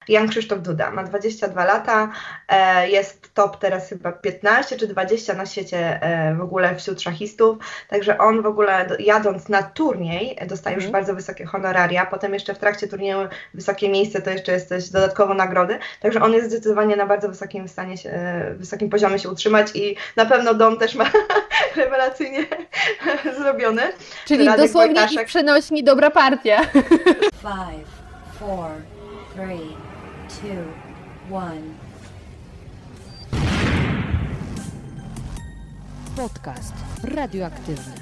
Jan Krzysztof Duda. Ma 22 lata, jest top teraz chyba 15 czy 20 na świecie w ogóle wśród szachistów, także on w ogóle jadąc na turniej dostaje już bardzo wysokie honoraria, potem jeszcze w trakcie turnieju wysokie miejsce to jeszcze jest też dodatkowo nagrody, także on jest zdecydowanie na bardzo wysokim poziomie się utrzymać i na pewno dom też ma rewelacyjnie zrobiony. Czyli Radek dosłownie Wojtaszek. ich przenośni dobra partia. 5, 4, 3, 2, 1. Podcast radioaktywny.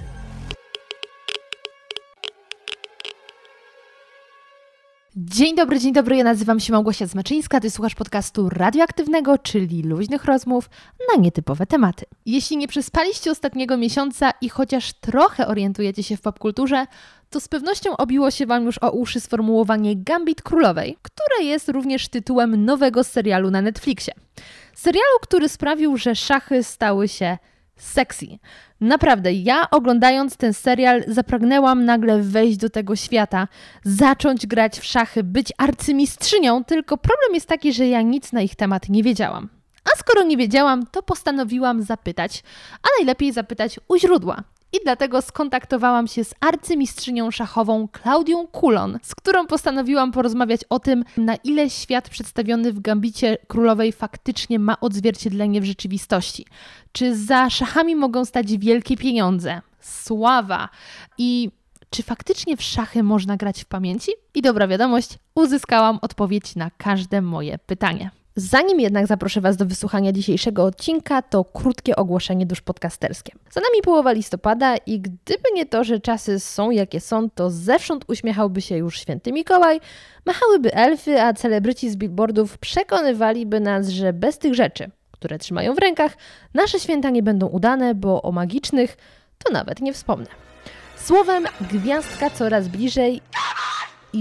Dzień dobry, ja nazywam się Małgosia Zmaczyńska, ty słuchasz podcastu radioaktywnego, czyli luźnych rozmów na nietypowe tematy. Jeśli nie przespaliście ostatniego miesiąca i chociaż trochę orientujecie się w popkulturze, to z pewnością obiło się Wam już o uszy sformułowanie Gambit Królowej, które jest również tytułem nowego serialu na Netflixie. Serialu, który sprawił, że szachy stały się sexy. Naprawdę, ja oglądając ten serial zapragnęłam nagle wejść do tego świata, zacząć grać w szachy, być arcymistrzynią, tylko problem jest taki, że ja nic na ich temat nie wiedziałam. A skoro nie wiedziałam, to postanowiłam zapytać, a najlepiej zapytać u źródła. I dlatego skontaktowałam się z arcymistrzynią szachową Klaudią Kulon, z którą postanowiłam porozmawiać o tym, na ile świat przedstawiony w Gambicie Królowej faktycznie ma odzwierciedlenie w rzeczywistości. Czy za szachami mogą stać wielkie pieniądze, sława i czy faktycznie w szachy można grać w pamięci? I dobra wiadomość, uzyskałam odpowiedź na każde moje pytanie. Zanim jednak zaproszę Was do wysłuchania dzisiejszego odcinka, to krótkie ogłoszenie dusz podcasterskie. Za nami połowa listopada i gdyby nie to, że czasy są jakie są, to zewsząd uśmiechałby się już święty Mikołaj, machałyby elfy, a celebryci z billboardów przekonywaliby nas, że bez tych rzeczy, które trzymają w rękach, nasze święta nie będą udane, bo o magicznych to nawet nie wspomnę. Słowem, gwiazdka coraz bliżej i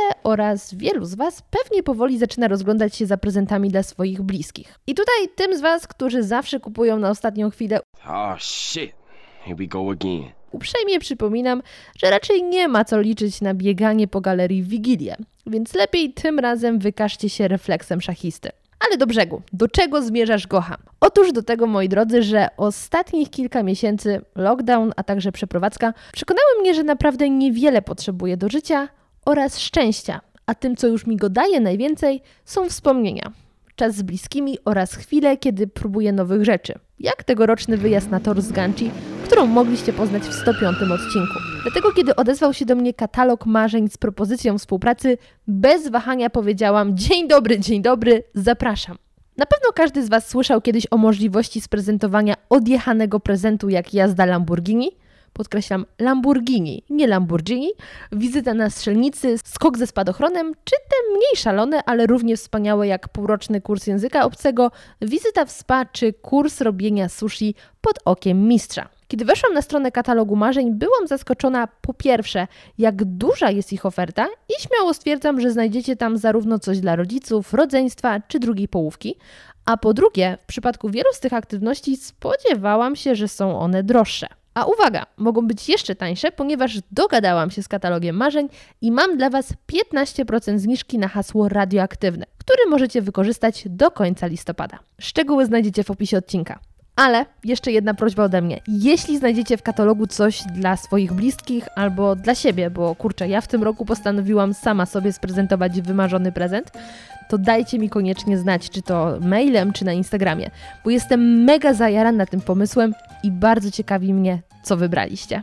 wielu z Was pewnie powoli zaczyna rozglądać się za prezentami dla swoich bliskich. I tutaj tym z Was, którzy zawsze kupują na ostatnią chwilę, Oh shit, here we go again. uprzejmie przypominam, że raczej nie ma co liczyć na bieganie po galerii w Wigilię, więc lepiej tym razem wykażcie się refleksem szachisty. Ale do brzegu. Do czego zmierzasz, Gocha? Otóż do tego, moi drodzy, że ostatnich kilka miesięcy lockdown, a także przeprowadzka przekonały mnie, że naprawdę niewiele potrzebuję do życia oraz szczęścia, a tym, co już mi go daje najwięcej, są wspomnienia. Czas z bliskimi oraz chwile, kiedy próbuję nowych rzeczy. Jak tegoroczny wyjazd na tor z Ganci, którą mogliście poznać w 105 odcinku. Dlatego, kiedy odezwał się do mnie katalog marzeń z propozycją współpracy, bez wahania powiedziałam: dzień dobry, zapraszam. Na pewno każdy z Was słyszał kiedyś o możliwości sprezentowania odjechanego prezentu jak jazda Lamborghini. Podkreślam, Lamborghini, nie Lamborghini, wizyta na strzelnicy, skok ze spadochronem, czy te mniej szalone, ale równie wspaniałe jak półroczny kurs języka obcego, wizyta w spa czy kurs robienia sushi pod okiem mistrza. Kiedy weszłam na stronę katalogu marzeń, byłam zaskoczona po pierwsze, jak duża jest ich oferta i śmiało stwierdzam, że znajdziecie tam zarówno coś dla rodziców, rodzeństwa czy drugiej połówki, a po drugie, w przypadku wielu z tych aktywności spodziewałam się, że są one droższe. A uwaga, mogą być jeszcze tańsze, ponieważ dogadałam się z katalogiem marzeń i mam dla Was 15% zniżki na hasło radioaktywne, który możecie wykorzystać do końca listopada. Szczegóły znajdziecie w opisie odcinka. Ale jeszcze jedna prośba ode mnie. Jeśli znajdziecie w katalogu coś dla swoich bliskich albo dla siebie, bo kurczę, ja w tym roku postanowiłam sama sobie sprezentować wymarzony prezent, to dajcie mi koniecznie znać, czy to mailem, czy na Instagramie, bo jestem mega zajarana tym pomysłem i bardzo ciekawi mnie, co wybraliście.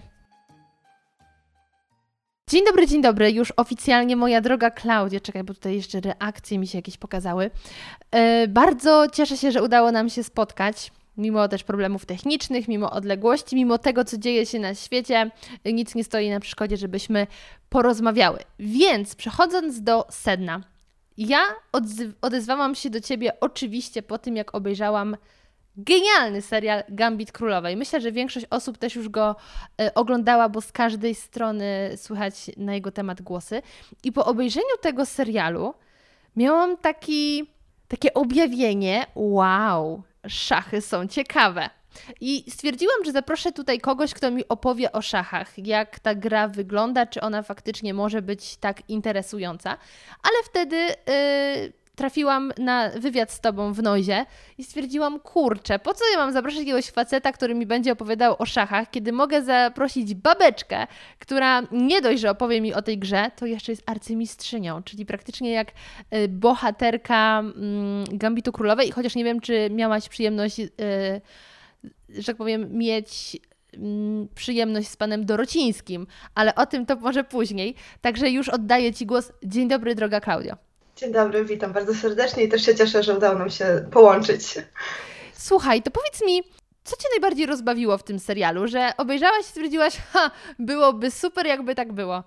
Dzień dobry, już oficjalnie moja droga Klaudia. Czekaj, bo tutaj jeszcze reakcje mi się jakieś pokazały. Bardzo cieszę się, że udało nam się spotkać. Mimo też problemów technicznych, mimo odległości, mimo tego, co dzieje się na świecie, nic nie stoi na przeszkodzie, żebyśmy porozmawiały. Więc przechodząc do sedna, ja odezwałam się do Ciebie oczywiście po tym, jak obejrzałam genialny serial Gambit Królowej. Myślę, że większość osób też już go oglądała, bo z każdej strony słychać na jego temat głosy. I po obejrzeniu tego serialu miałam takie objawienie, wow, szachy są ciekawe. I stwierdziłam, że zaproszę tutaj kogoś, kto mi opowie o szachach, jak ta gra wygląda, czy ona faktycznie może być tak interesująca. Ale wtedy trafiłam na wywiad z Tobą w Noizie i stwierdziłam, kurczę, po co ja mam zapraszać jakiegoś faceta, który mi będzie opowiadał o szachach, kiedy mogę zaprosić babeczkę, która nie dość, że opowie mi o tej grze, to jeszcze jest arcymistrzynią, czyli praktycznie jak bohaterka Gambitu Królowej. I chociaż nie wiem, czy miałaś przyjemność, że tak powiem, mieć przyjemność z panem Dorocińskim, ale o tym to może później. Także już oddaję Ci głos. Dzień dobry, droga Klaudio. Dzień dobry, witam bardzo serdecznie i też się cieszę, że udało nam się połączyć. Słuchaj, to powiedz mi, co Cię najbardziej rozbawiło w tym serialu, że obejrzałaś i stwierdziłaś, byłoby super, jakby tak było.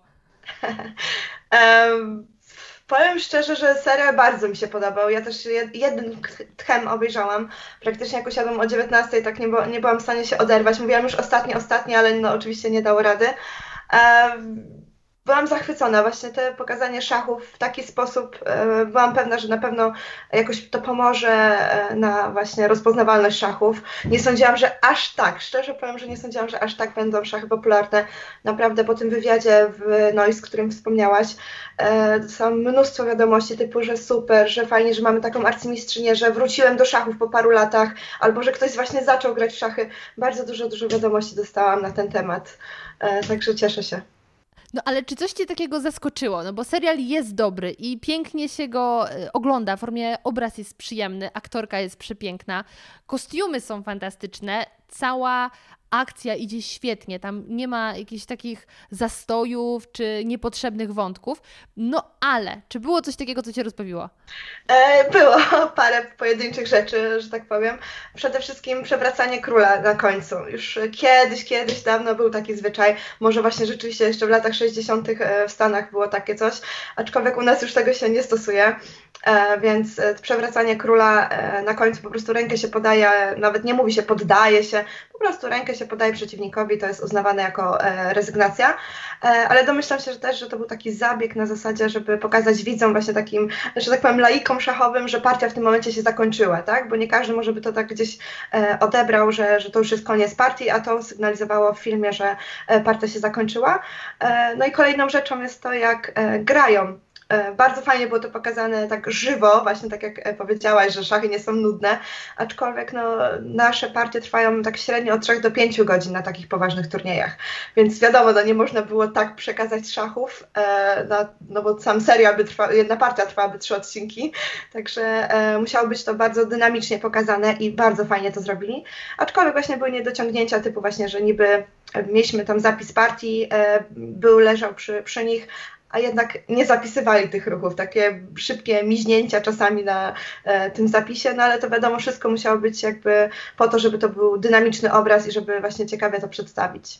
Powiem szczerze, że serial bardzo mi się podobał. Ja też jeden tchem obejrzałam. Praktycznie jak usiadłam o 19:00, tak nie byłam w stanie się oderwać. Mówiłam już ostatnie, ale no oczywiście nie dało rady. Byłam zachwycona, właśnie te pokazanie szachów w taki sposób, byłam pewna, że na pewno jakoś to pomoże na właśnie rozpoznawalność szachów. Nie sądziłam, że aż tak, szczerze powiem, że nie sądziłam, że aż tak będą szachy popularne. Naprawdę po tym wywiadzie w Noise, o którym wspomniałaś, są mnóstwo wiadomości typu, że super, że fajnie, że mamy taką arcymistrzynię, że wróciłem do szachów po paru latach, albo że ktoś właśnie zaczął grać w szachy. Bardzo dużo wiadomości dostałam na ten temat, także cieszę się. No ale czy coś Cię takiego zaskoczyło? No bo serial jest dobry i pięknie się go ogląda, w formie obraz jest przyjemny, aktorka jest przepiękna, kostiumy są fantastyczne, cała akcja idzie świetnie, tam nie ma jakichś takich zastojów czy niepotrzebnych wątków, no ale czy było coś takiego, co Cię rozbawiło? Było parę pojedynczych rzeczy, że tak powiem. Przede wszystkim przewracanie króla na końcu. Już kiedyś dawno był taki zwyczaj, może właśnie rzeczywiście jeszcze w latach 60. w Stanach było takie coś, aczkolwiek u nas już tego się nie stosuje. Więc przewracanie króla na końcu, po prostu rękę się podaje, nawet nie mówi się poddaje się, po prostu rękę się podaje przeciwnikowi, to jest uznawane jako rezygnacja, ale domyślam się, że też, że to był taki zabieg na zasadzie, żeby pokazać widzom właśnie takim, że tak powiem, laikom szachowym, że partia w tym momencie się zakończyła, tak? Bo nie każdy może by to tak gdzieś odebrał, że to już jest koniec partii, a to sygnalizowało w filmie, że partia się zakończyła. No i kolejną rzeczą jest to, jak grają. Bardzo fajnie było to pokazane tak żywo, właśnie tak jak powiedziałaś, że szachy nie są nudne, aczkolwiek no, nasze partie trwają tak średnio od 3 do 5 godzin na takich poważnych turniejach, więc wiadomo, no nie można było tak przekazać szachów, no bo sam serial jedna partia trwałaby 3 odcinki, także musiało być to bardzo dynamicznie pokazane i bardzo fajnie to zrobili, aczkolwiek właśnie były niedociągnięcia typu właśnie, że niby mieliśmy tam zapis partii, leżał przy nich, a jednak nie zapisywali tych ruchów, takie szybkie miźnięcia czasami na tym zapisie, no ale to wiadomo, wszystko musiało być jakby po to, żeby to był dynamiczny obraz i żeby właśnie ciekawie to przedstawić.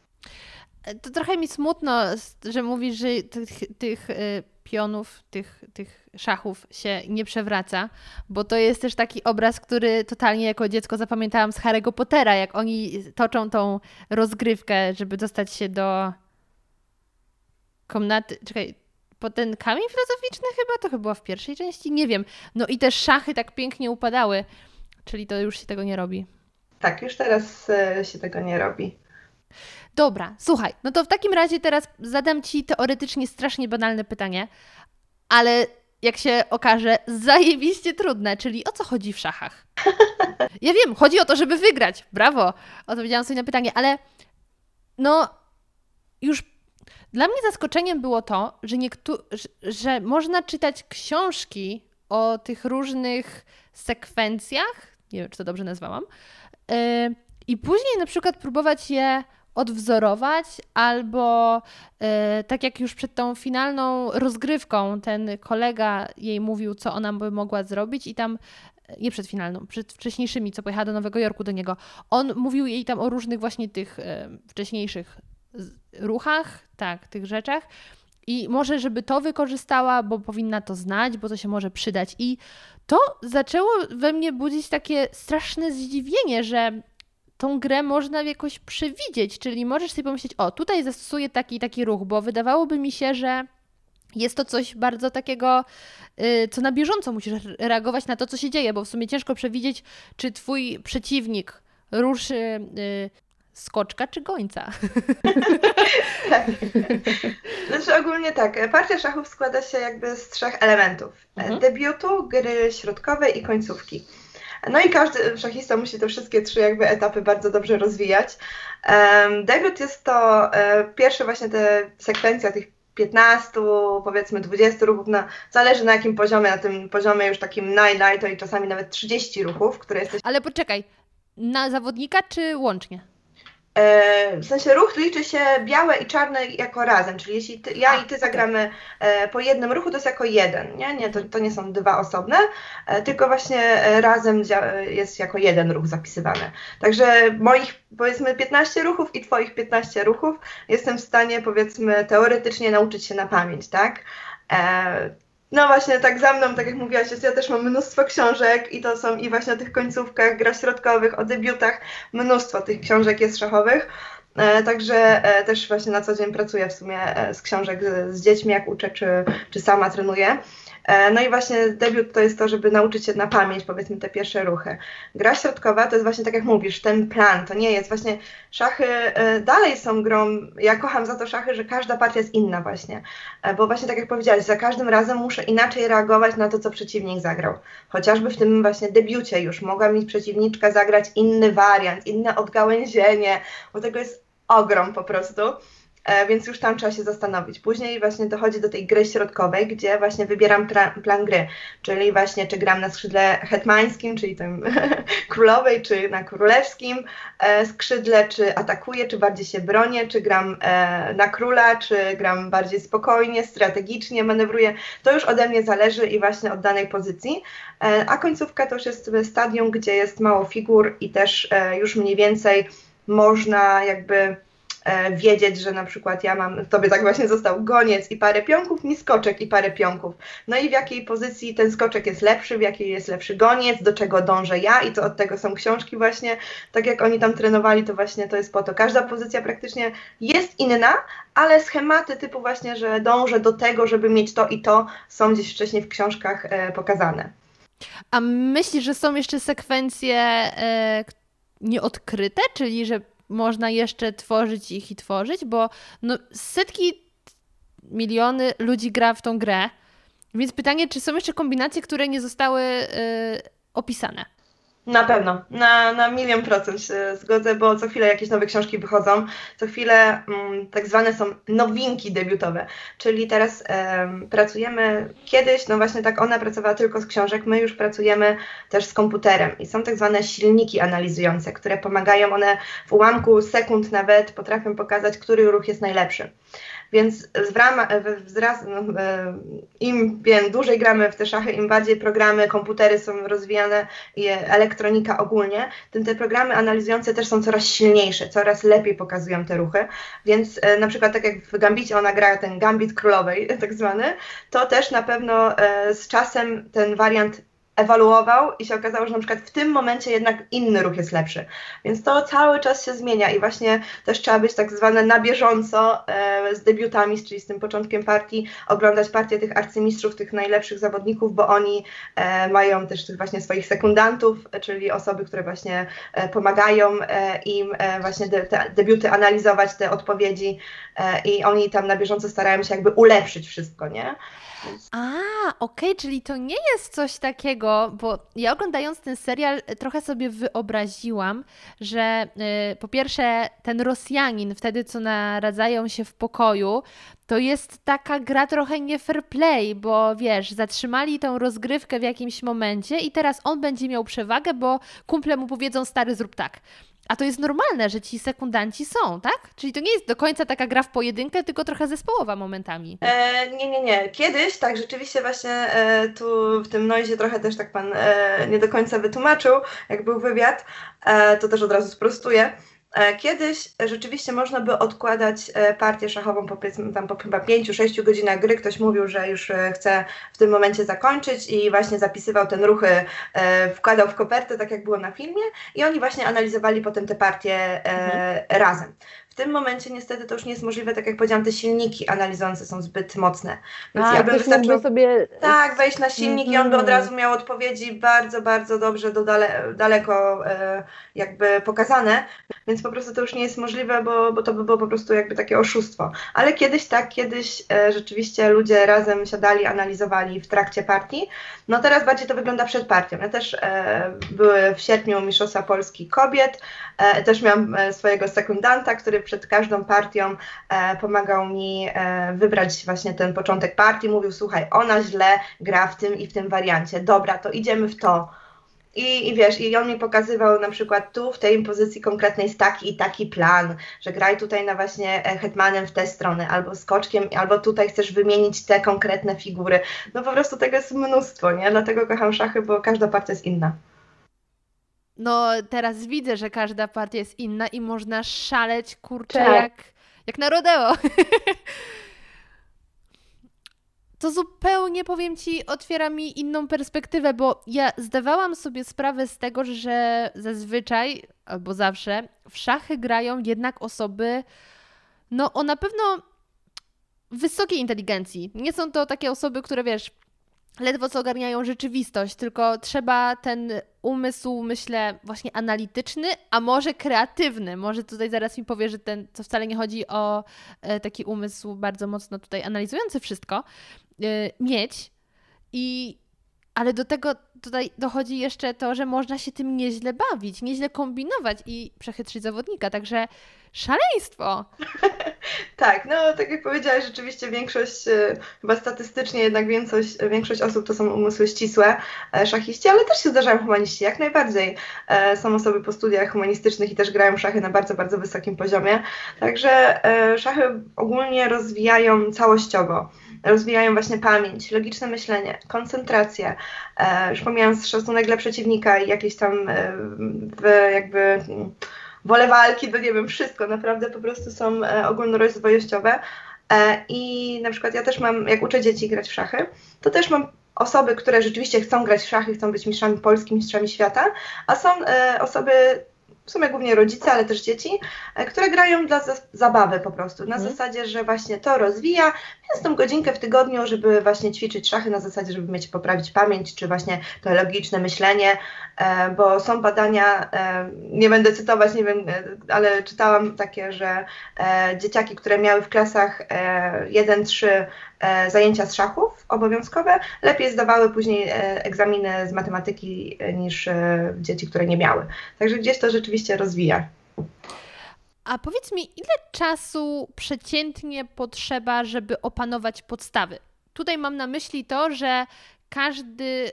To trochę mi smutno, że mówisz, że tych pionów, tych szachów się nie przewraca, bo to jest też taki obraz, który totalnie jako dziecko zapamiętałam z Harry'ego Pottera, jak oni toczą tą rozgrywkę, żeby dostać się do komnaty, po ten kamień filozoficzny to chyba była w pierwszej części, nie wiem. No i te szachy tak pięknie upadały, czyli to już się tego nie robi. Tak, już teraz się tego nie robi. Dobra, słuchaj, no to w takim razie teraz zadam Ci teoretycznie strasznie banalne pytanie, ale jak się okaże, zajebiście trudne, czyli o co chodzi w szachach? Ja wiem, chodzi o to, żeby wygrać, brawo, odpowiedziałam sobie na pytanie, ale no już dla mnie zaskoczeniem było to, że można czytać książki o tych różnych sekwencjach, nie wiem, czy to dobrze nazwałam, i później na przykład próbować je odwzorować, albo tak jak już przed tą finalną rozgrywką ten kolega jej mówił, co ona by mogła zrobić i tam, nie przed finalną, przed wcześniejszymi, co pojechała do Nowego Jorku do niego, on mówił jej tam o różnych właśnie tych wcześniejszych ruchach, tak, tych rzeczach i może, żeby to wykorzystała, bo powinna to znać, bo to się może przydać i to zaczęło we mnie budzić takie straszne zdziwienie, że tą grę można jakoś przewidzieć, czyli możesz sobie pomyśleć, o, tutaj zastosuję taki ruch, bo wydawałoby mi się, że jest to coś bardzo takiego, co na bieżąco musisz reagować na to, co się dzieje, bo w sumie ciężko przewidzieć, czy twój przeciwnik ruszy skoczka czy gońca? Tak. Znaczy ogólnie tak, partia szachów składa się jakby z 3 elementów. Debiutu, gry środkowej i końcówki. No i każdy szachista musi te wszystkie 3 jakby etapy bardzo dobrze rozwijać. Debiut jest to pierwsze właśnie te sekwencja tych 15, powiedzmy 20 ruchów, zależy na jakim poziomie, na tym poziomie już takim naj, to i czasami nawet 30 ruchów, które jesteś... Ale poczekaj, na zawodnika czy łącznie? W sensie ruch liczy się białe i czarne jako razem, czyli jeśli ja i ty zagramy po jednym ruchu, to jest jako jeden, nie? To nie są 2 osobne, tylko właśnie razem jest jako jeden ruch zapisywany. Także moich powiedzmy 15 ruchów i twoich 15 ruchów jestem w stanie powiedzmy teoretycznie nauczyć się na pamięć, tak? No właśnie tak za mną, tak jak mówiłaś, ja też mam mnóstwo książek i to są i właśnie o tych końcówkach, grach środkowych, o debiutach, mnóstwo tych książek jest szachowych, także też właśnie na co dzień pracuję w sumie z książek z dziećmi, jak uczę, czy sama trenuję. No i właśnie debiut to jest to, żeby nauczyć się na pamięć, powiedzmy, te pierwsze ruchy. Gra środkowa to jest właśnie tak jak mówisz, ten plan, to nie jest właśnie, szachy dalej są grą, ja kocham za to szachy, że każda partia jest inna właśnie, bo właśnie tak jak powiedziałaś, za każdym razem muszę inaczej reagować na to, co przeciwnik zagrał. Chociażby w tym właśnie debiucie już mogła mi przeciwniczka zagrać inny wariant, inne odgałęzienie, bo tego jest ogrom po prostu. Więc już tam trzeba się zastanowić. Później właśnie dochodzi do tej gry środkowej, gdzie właśnie wybieram plan gry, czyli właśnie czy gram na skrzydle hetmańskim, czyli tym królowej, czy na królewskim skrzydle, czy atakuję, czy bardziej się bronię, czy gram na króla, czy gram bardziej spokojnie, strategicznie manewruję. To już ode mnie zależy i właśnie od danej pozycji. A końcówka to już jest stadium, gdzie jest mało figur i też już mniej więcej można jakby wiedzieć, że na przykład ja mam, tobie tak właśnie został goniec i parę pionków, mi skoczek i parę pionków. No i w jakiej pozycji ten skoczek jest lepszy, w jakiej jest lepszy goniec, do czego dążę ja i to od tego są książki właśnie. Tak jak oni tam trenowali, to właśnie to jest po to. Każda pozycja praktycznie jest inna, ale schematy typu właśnie, że dążę do tego, żeby mieć to i to, są gdzieś wcześniej w książkach pokazane. A myślisz, że są jeszcze sekwencje nieodkryte, czyli że można jeszcze tworzyć ich i tworzyć, bo no, setki, miliony ludzi gra w tą grę, więc pytanie, czy są jeszcze kombinacje, które nie zostały opisane? Na pewno, na 1,000,000% się zgodzę, bo co chwilę jakieś nowe książki wychodzą, co chwilę tak zwane są nowinki debiutowe, czyli teraz pracujemy kiedyś, no właśnie tak ona pracowała tylko z książek, my już pracujemy też z komputerem i są tak zwane silniki analizujące, które pomagają, one w ułamku sekund nawet potrafią pokazać, który ruch jest najlepszy. Więc im dłużej gramy w te szachy, im bardziej programy, komputery są rozwijane i elektronika ogólnie, tym te programy analizujące też są coraz silniejsze, coraz lepiej pokazują te ruchy. Więc na przykład tak jak w Gambicie ona gra ten Gambit królowej tak zwany, to też na pewno z czasem ten wariant ewaluował i się okazało, że na przykład w tym momencie jednak inny ruch jest lepszy. Więc to cały czas się zmienia i właśnie też trzeba być tak zwane na bieżąco z debiutami, czyli z tym początkiem partii, oglądać partię tych arcymistrzów, tych najlepszych zawodników, bo oni mają też tych właśnie swoich sekundantów, czyli osoby, które właśnie pomagają im właśnie te debiuty analizować, te odpowiedzi i oni tam na bieżąco starają się jakby ulepszyć wszystko, nie? Okej, czyli to nie jest coś takiego, bo ja oglądając ten serial trochę sobie wyobraziłam, że po pierwsze ten Rosjanin wtedy, co naradzają się w pokoju, to jest taka gra trochę nie fair play, bo wiesz, zatrzymali tą rozgrywkę w jakimś momencie i teraz on będzie miał przewagę, bo kumple mu powiedzą, stary, zrób tak. A to jest normalne, że ci sekundanci są, tak? Czyli to nie jest do końca taka gra w pojedynkę, tylko trochę zespołowa momentami. Nie. Kiedyś, tak, rzeczywiście właśnie tu w tym Noizie trochę też tak pan nie do końca wytłumaczył, jak był wywiad, to też od razu sprostuję. Kiedyś rzeczywiście można by odkładać partię szachową powiedzmy tam po chyba 5-6 godzinach gry. Ktoś mówił, że już chce w tym momencie zakończyć i właśnie zapisywał te ruchy, wkładał w kopertę, tak jak było na filmie i oni właśnie analizowali potem te partie razem. w tym momencie niestety to już nie jest możliwe, tak jak powiedziałam, te silniki analizujące są zbyt mocne. Więc A, ja bym ktoś mógłby sobie... tak, wejść na silnik i on by od razu miał odpowiedzi bardzo, bardzo dobrze daleko jakby pokazane, więc po prostu to już nie jest możliwe, bo to by było po prostu jakby takie oszustwo. Ale kiedyś rzeczywiście ludzie razem siadali, analizowali w trakcie partii. No teraz bardziej to wygląda przed partią. Ja też były w sierpniu Mistrzostwa Polski kobiet, też miałam swojego sekundanta, który przed każdą partią pomagał mi wybrać właśnie ten początek partii, mówił, słuchaj, ona źle gra w tym i w tym wariancie, dobra, to idziemy w to. I wiesz, i on mi pokazywał na przykład tu w tej pozycji konkretnej jest taki i taki plan, że graj tutaj na właśnie hetmanem w tę stronę, albo skoczkiem, albo tutaj chcesz wymienić te konkretne figury. No po prostu tego jest mnóstwo, nie? Dlatego kocham szachy, bo każda partia jest inna. No teraz widzę, że każda partia jest inna i można szaleć, kurczę, Tak. jak na rodeo. To zupełnie, powiem Ci, otwiera mi inną perspektywę, bo ja zdawałam sobie sprawę z tego, że zazwyczaj, albo zawsze, w szachy grają jednak osoby, no o na pewno wysokiej inteligencji. Nie są to takie osoby, które wiesz, ledwo co ogarniają rzeczywistość, tylko trzeba ten umysł, myślę, właśnie analityczny, a może kreatywny. Może tutaj zaraz mi powie, że co wcale nie chodzi o taki umysł bardzo mocno tutaj analizujący wszystko, mieć. Ale do tego tutaj dochodzi jeszcze to, że można się tym nieźle bawić, nieźle kombinować i przechytrzyć zawodnika, także szaleństwo. Tak, no tak jak powiedziałaś, rzeczywiście większość, chyba statystycznie jednak większość osób to są umysły ścisłe, szachiści, ale też się zdarzają humaniści, jak najbardziej. Są osoby po studiach humanistycznych i też grają szachy na bardzo, bardzo wysokim poziomie, także szachy ogólnie rozwijają całościowo. Rozwijają właśnie pamięć, logiczne myślenie, koncentrację, już pomijając szacunek dla przeciwnika i jakieś tam jakby wolę walki, to nie wiem, wszystko naprawdę po prostu są ogólnorozwojowościowe. I na przykład ja też mam, jak uczę dzieci grać w szachy, to też mam osoby, które rzeczywiście chcą grać w szachy, chcą być mistrzami Polski, mistrzami świata, a są osoby, w sumie głównie rodzice, ale też dzieci, które grają dla zabawy po prostu, na zasadzie, że właśnie to rozwija, więc tą godzinkę w tygodniu, żeby właśnie ćwiczyć szachy na zasadzie, żeby poprawić pamięć, czy właśnie to logiczne myślenie, bo są badania, nie będę cytować, nie wiem, ale czytałam takie, że dzieciaki, które miały w klasach 1-3 zajęcia z szachów obowiązkowe, lepiej zdawały później egzaminy z matematyki niż dzieci, które nie miały. Także gdzieś to rzeczywiście rozwija. A powiedz mi, ile czasu przeciętnie potrzeba, żeby opanować podstawy? Tutaj mam na myśli to, że każdy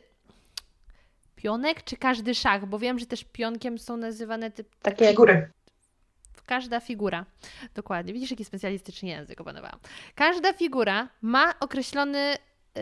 pionek czy każdy szach, bo wiem, że też pionkiem są nazywane takie figury. Każda figura, dokładnie, widzisz jaki specjalistyczny język opanowałam. Każda figura ma określony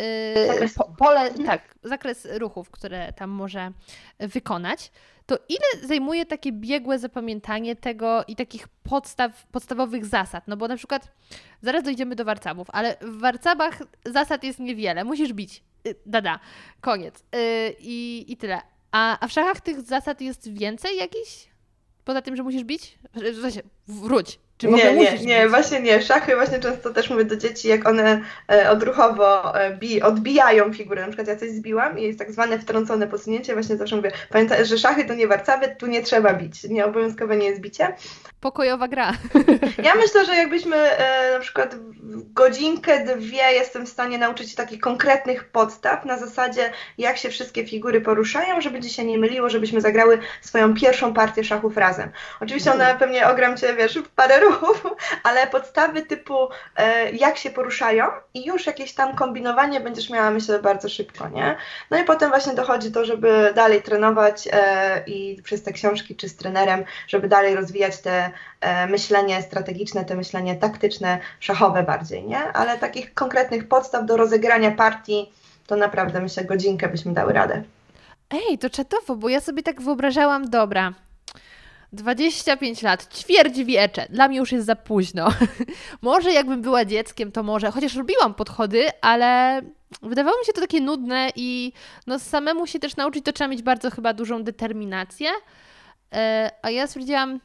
zakres ruchów, które tam może wykonać. To ile zajmuje takie biegłe zapamiętanie tego i takich podstawowych zasad? No bo na przykład, zaraz dojdziemy do warcabów, ale w warcabach zasad jest niewiele, musisz bić, koniec i tyle. A w szachach tych zasad jest więcej jakichś? Poza tym, że musisz bić? Wróć. Czy nie, właśnie nie. Szachy właśnie często też mówię do dzieci, jak one odruchowo odbijają figurę. Na przykład ja coś zbiłam i jest tak zwane wtrącone posunięcie. Właśnie zawsze mówię, pamiętaj, że szachy to nie warcaby, tu nie trzeba bić. Nieobowiązkowe nie jest bicie. Pokojowa gra. Ja myślę, że jakbyśmy na przykład godzinkę, 2 jestem w stanie nauczyć się takich konkretnych podstaw na zasadzie, jak się wszystkie figury poruszają, żeby ci się nie myliło, żebyśmy zagrały swoją pierwszą partię szachów razem. Oczywiście ona pewnie ogram cię, wiesz, w parę ruchów, ale podstawy typu jak się poruszają i już jakieś tam kombinowanie będziesz miała, myślę, bardzo szybko, nie? No i potem właśnie dochodzi to, żeby dalej trenować i przez te książki czy z trenerem, żeby dalej rozwijać te myślenie strategiczne, te myślenie taktyczne, szachowe bardziej, nie? Ale takich konkretnych podstaw do rozegrania partii to naprawdę, myślę, godzinkę byśmy dały radę. Ej, to czatowo, bo ja sobie tak wyobrażałam, dobra, 25 lat, ćwierćwiecze, dla mnie już jest za późno. Może jakbym była dzieckiem, to może, chociaż robiłam podchody, ale wydawało mi się to takie nudne i no samemu się też nauczyć, to trzeba mieć bardzo chyba dużą determinację, a ja stwierdziłam,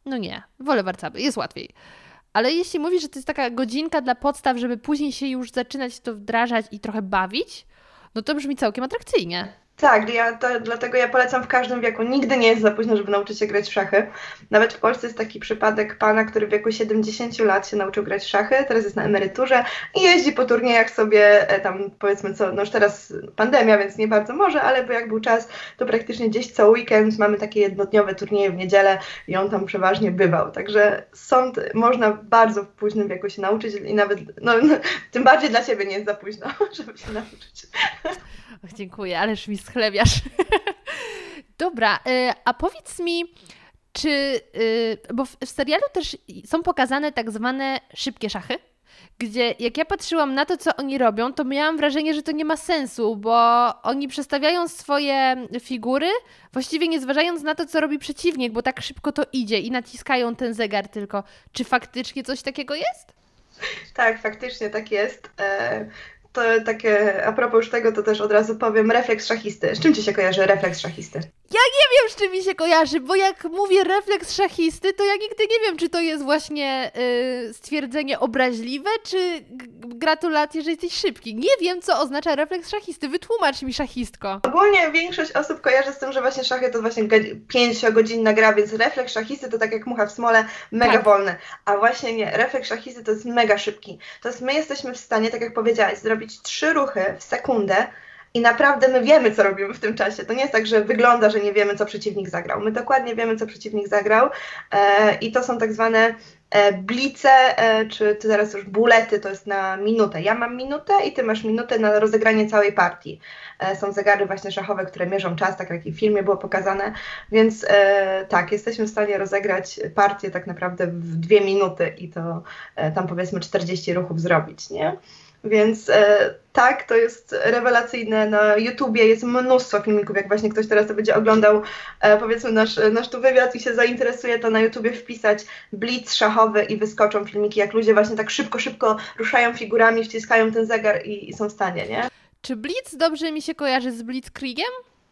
No nie, wolę warcaby, jest łatwiej. Ale jeśli mówisz, że to jest taka godzinka dla podstaw, żeby później się już zaczynać to wdrażać i trochę bawić, no to brzmi całkiem atrakcyjnie. Tak, dlatego ja polecam w każdym wieku. Nigdy nie jest za późno, żeby nauczyć się grać w szachy. Nawet w Polsce jest taki przypadek pana, który w wieku 70 lat się nauczył grać w szachy, teraz jest na emeryturze i jeździ po turniejach sobie tam, powiedzmy, no już teraz pandemia, więc nie bardzo może, ale jak był czas, to praktycznie gdzieś co weekend mamy takie jednodniowe turnieje w niedzielę i on tam przeważnie bywał. Także można bardzo w późnym wieku się nauczyć i nawet, tym bardziej dla ciebie nie jest za późno, żeby się nauczyć. Och, dziękuję, ależ mi schlebiasz. Dobra, a powiedz mi, bo w serialu też są pokazane tak zwane szybkie szachy, gdzie jak ja patrzyłam na to, co oni robią, to miałam wrażenie, że to nie ma sensu, bo oni przestawiają swoje figury, właściwie nie zważając na to, co robi przeciwnik, bo tak szybko to idzie i naciskają ten zegar tylko. Czy faktycznie coś takiego jest? Tak, faktycznie tak jest. To takie, a propos już tego, to też od razu powiem, refleks szachisty. Z czym Ci się kojarzy refleks szachisty? Ja nie wiem, z czym mi się kojarzy, bo jak mówię refleks szachisty, to ja nigdy nie wiem, czy to jest właśnie stwierdzenie obraźliwe, czy gratulacje, że jesteś szybki. Nie wiem, co oznacza refleks szachisty. Wytłumacz mi, szachistko. Ogólnie większość osób kojarzy z tym, że właśnie szachy to właśnie 5-godzinna gra, więc refleks szachisty to tak jak mucha w smole, mega wolny. A właśnie nie, refleks szachisty to jest mega szybki. To jest, my jesteśmy w stanie, tak jak powiedziałaś, zrobić 3 ruchy w sekundę, i naprawdę my wiemy, co robimy w tym czasie. To nie jest tak, że wygląda, że nie wiemy, co przeciwnik zagrał. My dokładnie wiemy, co przeciwnik zagrał i to są tak zwane blice, czy teraz już bulety, to jest na minutę. Ja mam minutę i ty masz minutę na rozegranie całej partii. Są zegary właśnie szachowe, które mierzą czas, tak jak i w filmie było pokazane, więc tak, jesteśmy w stanie rozegrać partię tak naprawdę w 2 minuty i to tam powiedzmy 40 ruchów zrobić, nie? Więc tak, to jest rewelacyjne. Na YouTubie jest mnóstwo filmików, jak właśnie ktoś teraz to będzie oglądał, powiedzmy nasz tu wywiad i się zainteresuje, to na YouTubie wpisać blitz szachowy i wyskoczą filmiki, jak ludzie właśnie tak szybko ruszają figurami, wciskają ten zegar i są w stanie, nie? Czy blitz dobrze mi się kojarzy z blitzkriegiem?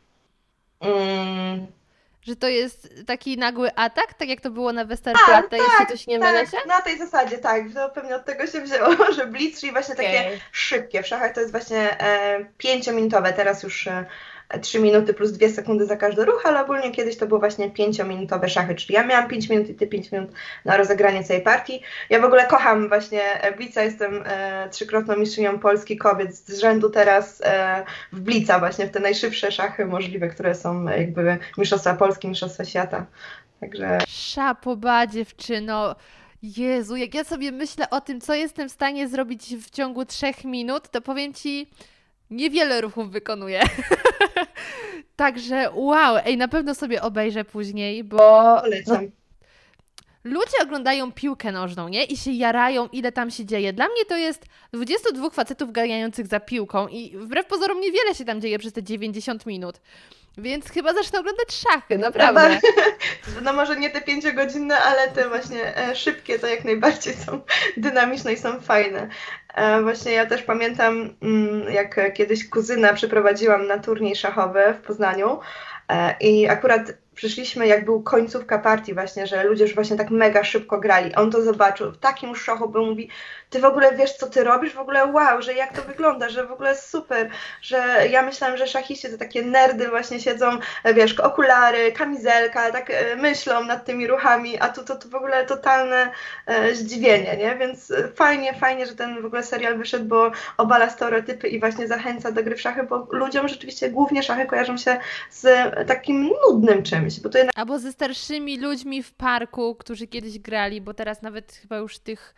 Że to jest taki nagły atak, tak jak to było na Westerplatte, jeśli coś nie mylę się? Na tej zasadzie, tak. To pewnie od tego się wzięło, że blitz, czyli właśnie takie szybkie. W szachach to jest właśnie 5-minutowe, teraz już 3 minuty plus 2 sekundy za każdy ruch, ale ogólnie kiedyś to było właśnie 5-minutowe szachy, czyli ja miałam 5 minut i ty 5 minut na rozegranie całej partii. Ja w ogóle kocham właśnie blitza, jestem 3-krotną mistrzynią Polski kobiet z rzędu teraz w blitza właśnie, w te najszybsze szachy możliwe, które są jakby mistrzostwa Polski, mistrzostwa świata. Także... Szapoba, dziewczyno. Jezu, jak ja sobie myślę o tym, co jestem w stanie zrobić w ciągu 3 minut, to powiem Ci, niewiele ruchów wykonuję. Także wow, na pewno sobie obejrzę później, bo ludzie oglądają piłkę nożną, nie? I się jarają, ile tam się dzieje. Dla mnie to jest 22 facetów ganiających za piłką i wbrew pozorom niewiele się tam dzieje przez te 90 minut. Więc chyba zacznę oglądać szachy, naprawdę. No może nie te 5-godzinne, ale te właśnie szybkie to jak najbardziej są dynamiczne i są fajne. Właśnie ja też pamiętam, jak kiedyś kuzyna przyprowadziłam na turniej szachowy w Poznaniu i akurat przyszliśmy, jak był końcówka partii właśnie, że ludzie już właśnie tak mega szybko grali. On to zobaczył, w takim szoku był, mówi, ty w ogóle wiesz, co ty robisz? W ogóle wow, że jak to wygląda, że w ogóle super, że ja myślałam, że szachiści to takie nerdy właśnie siedzą, wiesz, okulary, kamizelka, tak myślą nad tymi ruchami, a tu to w ogóle totalne zdziwienie, nie? Więc fajnie, że ten w ogóle serial wyszedł, bo obala stereotypy i właśnie zachęca do gry w szachy, bo ludziom rzeczywiście głównie szachy kojarzą się z takim nudnym czymś. Bo to jednak... Albo ze starszymi ludźmi w parku, którzy kiedyś grali, bo teraz nawet chyba już tych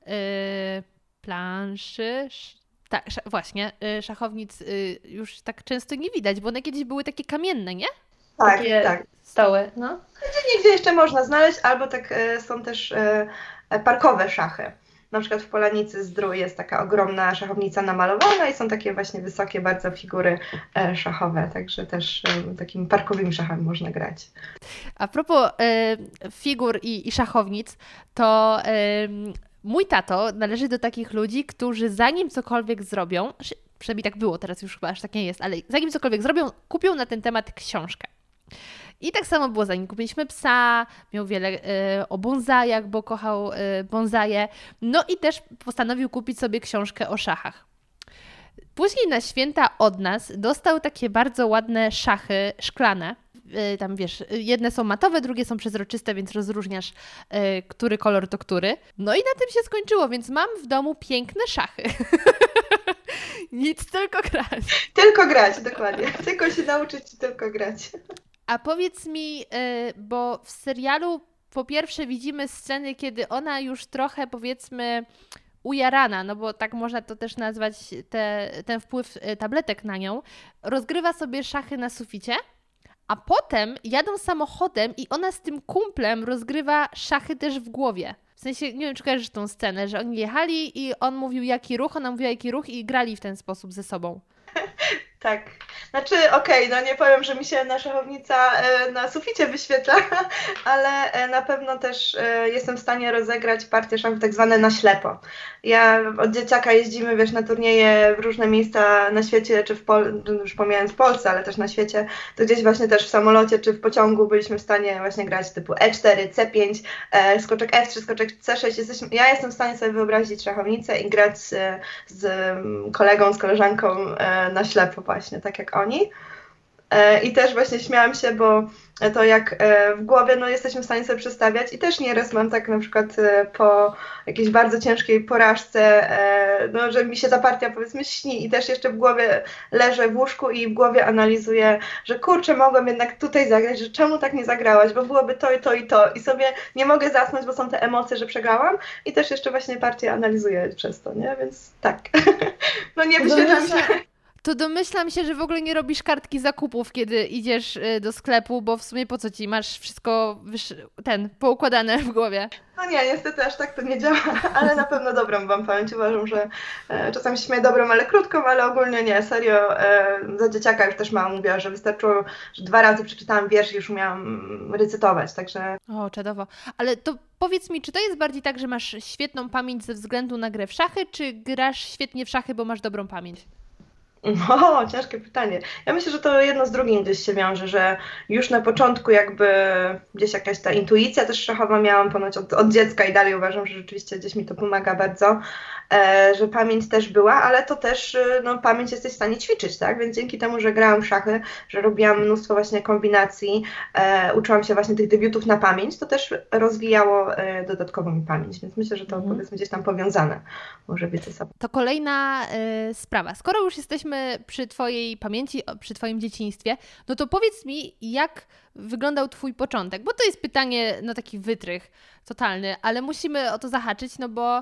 planszy, właśnie, szachownic już tak często nie widać, bo one kiedyś były takie kamienne, nie? Tak, takie tak. Stoły, no. Gdzie jeszcze można znaleźć, albo tak są też parkowe szachy. Na przykład w Polanicy Zdrój jest taka ogromna szachownica namalowana i są takie właśnie wysokie bardzo figury szachowe, także też takimi parkowymi szachami można grać. A propos figur i szachownic, to mój tato należy do takich ludzi, którzy zanim cokolwiek zrobią, przynajmniej tak było, teraz już chyba aż tak nie jest, ale zanim cokolwiek zrobią, kupią na ten temat książkę. I tak samo było, zanim kupiliśmy psa, miał wiele o bonsajach, bo kochał bonsaje. No i też postanowił kupić sobie książkę o szachach. Później na święta od nas dostał takie bardzo ładne szachy szklane. Tam wiesz, jedne są matowe, drugie są przezroczyste, więc rozróżniasz, który kolor to który. No i na tym się skończyło, więc mam w domu piękne szachy. Nic, tylko grać. Tylko grać, dokładnie. Tylko się nauczyć i tylko grać. A powiedz mi, bo w serialu po pierwsze widzimy sceny, kiedy ona już trochę, powiedzmy, ujarana, no bo tak można to też nazwać, ten wpływ tabletek na nią, rozgrywa sobie szachy na suficie, a potem jadą samochodem i ona z tym kumplem rozgrywa szachy też w głowie. W sensie, nie wiem, czy kojarzysz tą scenę, że oni jechali i on mówił jaki ruch, ona mówiła jaki ruch i grali w ten sposób ze sobą. Tak. Znaczy, no nie powiem, że mi się na szachownica na suficie wyświetla, ale na pewno też jestem w stanie rozegrać partie szachów tak zwane na ślepo. Ja od dzieciaka jeździmy, wiesz, na turnieje w różne miejsca na świecie, czy już pomijając w Polsce, ale też na świecie, to gdzieś właśnie też w samolocie, czy w pociągu byliśmy w stanie właśnie grać typu E4, C5, skoczek F3, skoczek C6. Ja jestem w stanie sobie wyobrazić szachownicę i grać z kolegą, z koleżanką na ślepo właśnie, tak jak oni. I też właśnie śmiałam się, bo to jak w głowie jesteśmy w stanie sobie przestawiać i też nieraz mam tak na przykład po jakiejś bardzo ciężkiej porażce, że mi się ta partia powiedzmy śni i też jeszcze w głowie leżę w łóżku i w głowie analizuję, że kurczę, mogłam jednak tutaj zagrać, że czemu tak nie zagrałaś, bo byłoby to i to i to i sobie nie mogę zasnąć, bo są te emocje, że przegrałam i też jeszcze właśnie partię analizuję przez to, nie? Więc tak. Nie wyświetlam się. To domyślam się, że w ogóle nie robisz kartki zakupów, kiedy idziesz do sklepu, bo w sumie po co ci? Masz wszystko poukładane w głowie. No nie, niestety aż tak to nie działa, ale na pewno dobrą mam pamięć. Uważam, że czasami się śmieję dobrą, ale krótką, ale ogólnie nie, serio. Za dzieciaka już też mama mówiła, że wystarczyło, że 2 razy przeczytałam wiersz i już umiałam recytować, także... O, czadowo. Ale to powiedz mi, czy to jest bardziej tak, że masz świetną pamięć ze względu na grę w szachy, czy grasz świetnie w szachy, bo masz dobrą pamięć? Ciężkie pytanie. Ja myślę, że to jedno z drugim gdzieś się wiąże, że już na początku jakby gdzieś jakaś ta intuicja też szachowa miałam ponoć od dziecka i dalej uważam, że rzeczywiście gdzieś mi to pomaga bardzo, że pamięć też była, ale to też pamięć jesteś w stanie ćwiczyć, tak? Więc dzięki temu, że grałam w szachy, że robiłam mnóstwo właśnie kombinacji, uczyłam się właśnie tych debiutów na pamięć, to też rozwijało dodatkowo mi pamięć, więc myślę, że to powiedzmy gdzieś tam powiązane może być ze sobą. To kolejna sprawa. Skoro już jesteśmy przy Twojej pamięci, przy Twoim dzieciństwie, no to powiedz mi, jak wyglądał Twój początek? Bo to jest pytanie, taki wytrych totalny, ale musimy o to zahaczyć, bo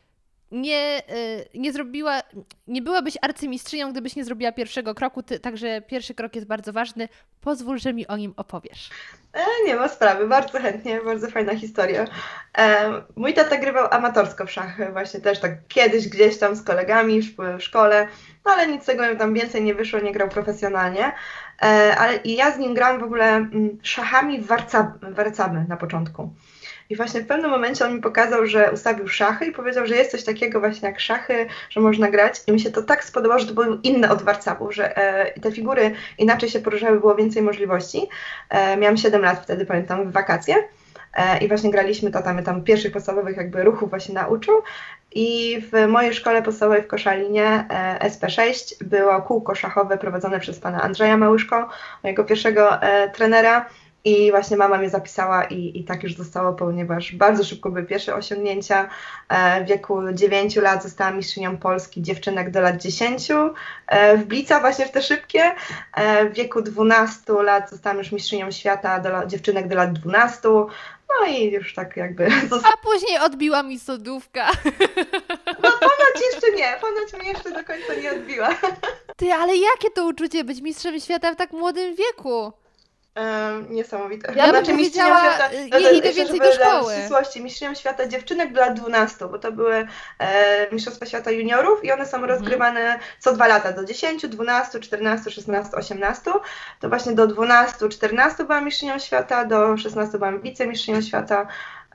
nie byłabyś arcymistrzynią, gdybyś nie zrobiła pierwszego kroku, także pierwszy krok jest bardzo ważny. Pozwól, że mi o nim opowiesz. Nie ma sprawy, bardzo chętnie, bardzo fajna historia. Mój tata grywał amatorsko w szachy, właśnie też tak kiedyś gdzieś tam z kolegami w szkole, ale nic z tego tam więcej nie wyszło, nie grał profesjonalnie. Ale i ja z nim grałam w ogóle szachami w warcaby na początku. I właśnie w pewnym momencie on mi pokazał, że ustawił szachy i powiedział, że jest coś takiego właśnie jak szachy, że można grać. I mi się to tak spodobało, że to były inne od warcabów, że te figury inaczej się poruszały, było więcej możliwości. Miałam 7 lat wtedy, pamiętam, w wakacje. I właśnie graliśmy to tam pierwszych podstawowych jakby ruchów właśnie nauczył. I w mojej szkole podstawowej w Koszalinie SP6 było kółko szachowe prowadzone przez pana Andrzeja Małyszko, mojego pierwszego trenera. I właśnie mama mnie zapisała i tak już zostało, ponieważ bardzo szybko były pierwsze osiągnięcia. W wieku 9 lat zostałam mistrzynią Polski dziewczynek do lat 10, w Blica właśnie w te szybkie. W wieku 12 lat zostałam już mistrzynią świata dziewczynek do lat 12. No i już tak jakby... A później odbiła mi sodówka. No ponoć jeszcze nie, ponoć mnie jeszcze do końca nie odbiła. Ty, ale jakie to uczucie być mistrzem świata w tak młodym wieku? Niesamowite. Ja bym powiedziała, nie idę więcej do szkoły. W ścisłości mistrzynią świata dziewczynek do lat 12, bo to były mistrzostwa świata juniorów i one są rozgrywane co 2 lata, do 10, 12, 14, 16, 18. To właśnie do 12, 14 byłam mistrzynią świata, do 16 byłam wicemistrzynią świata,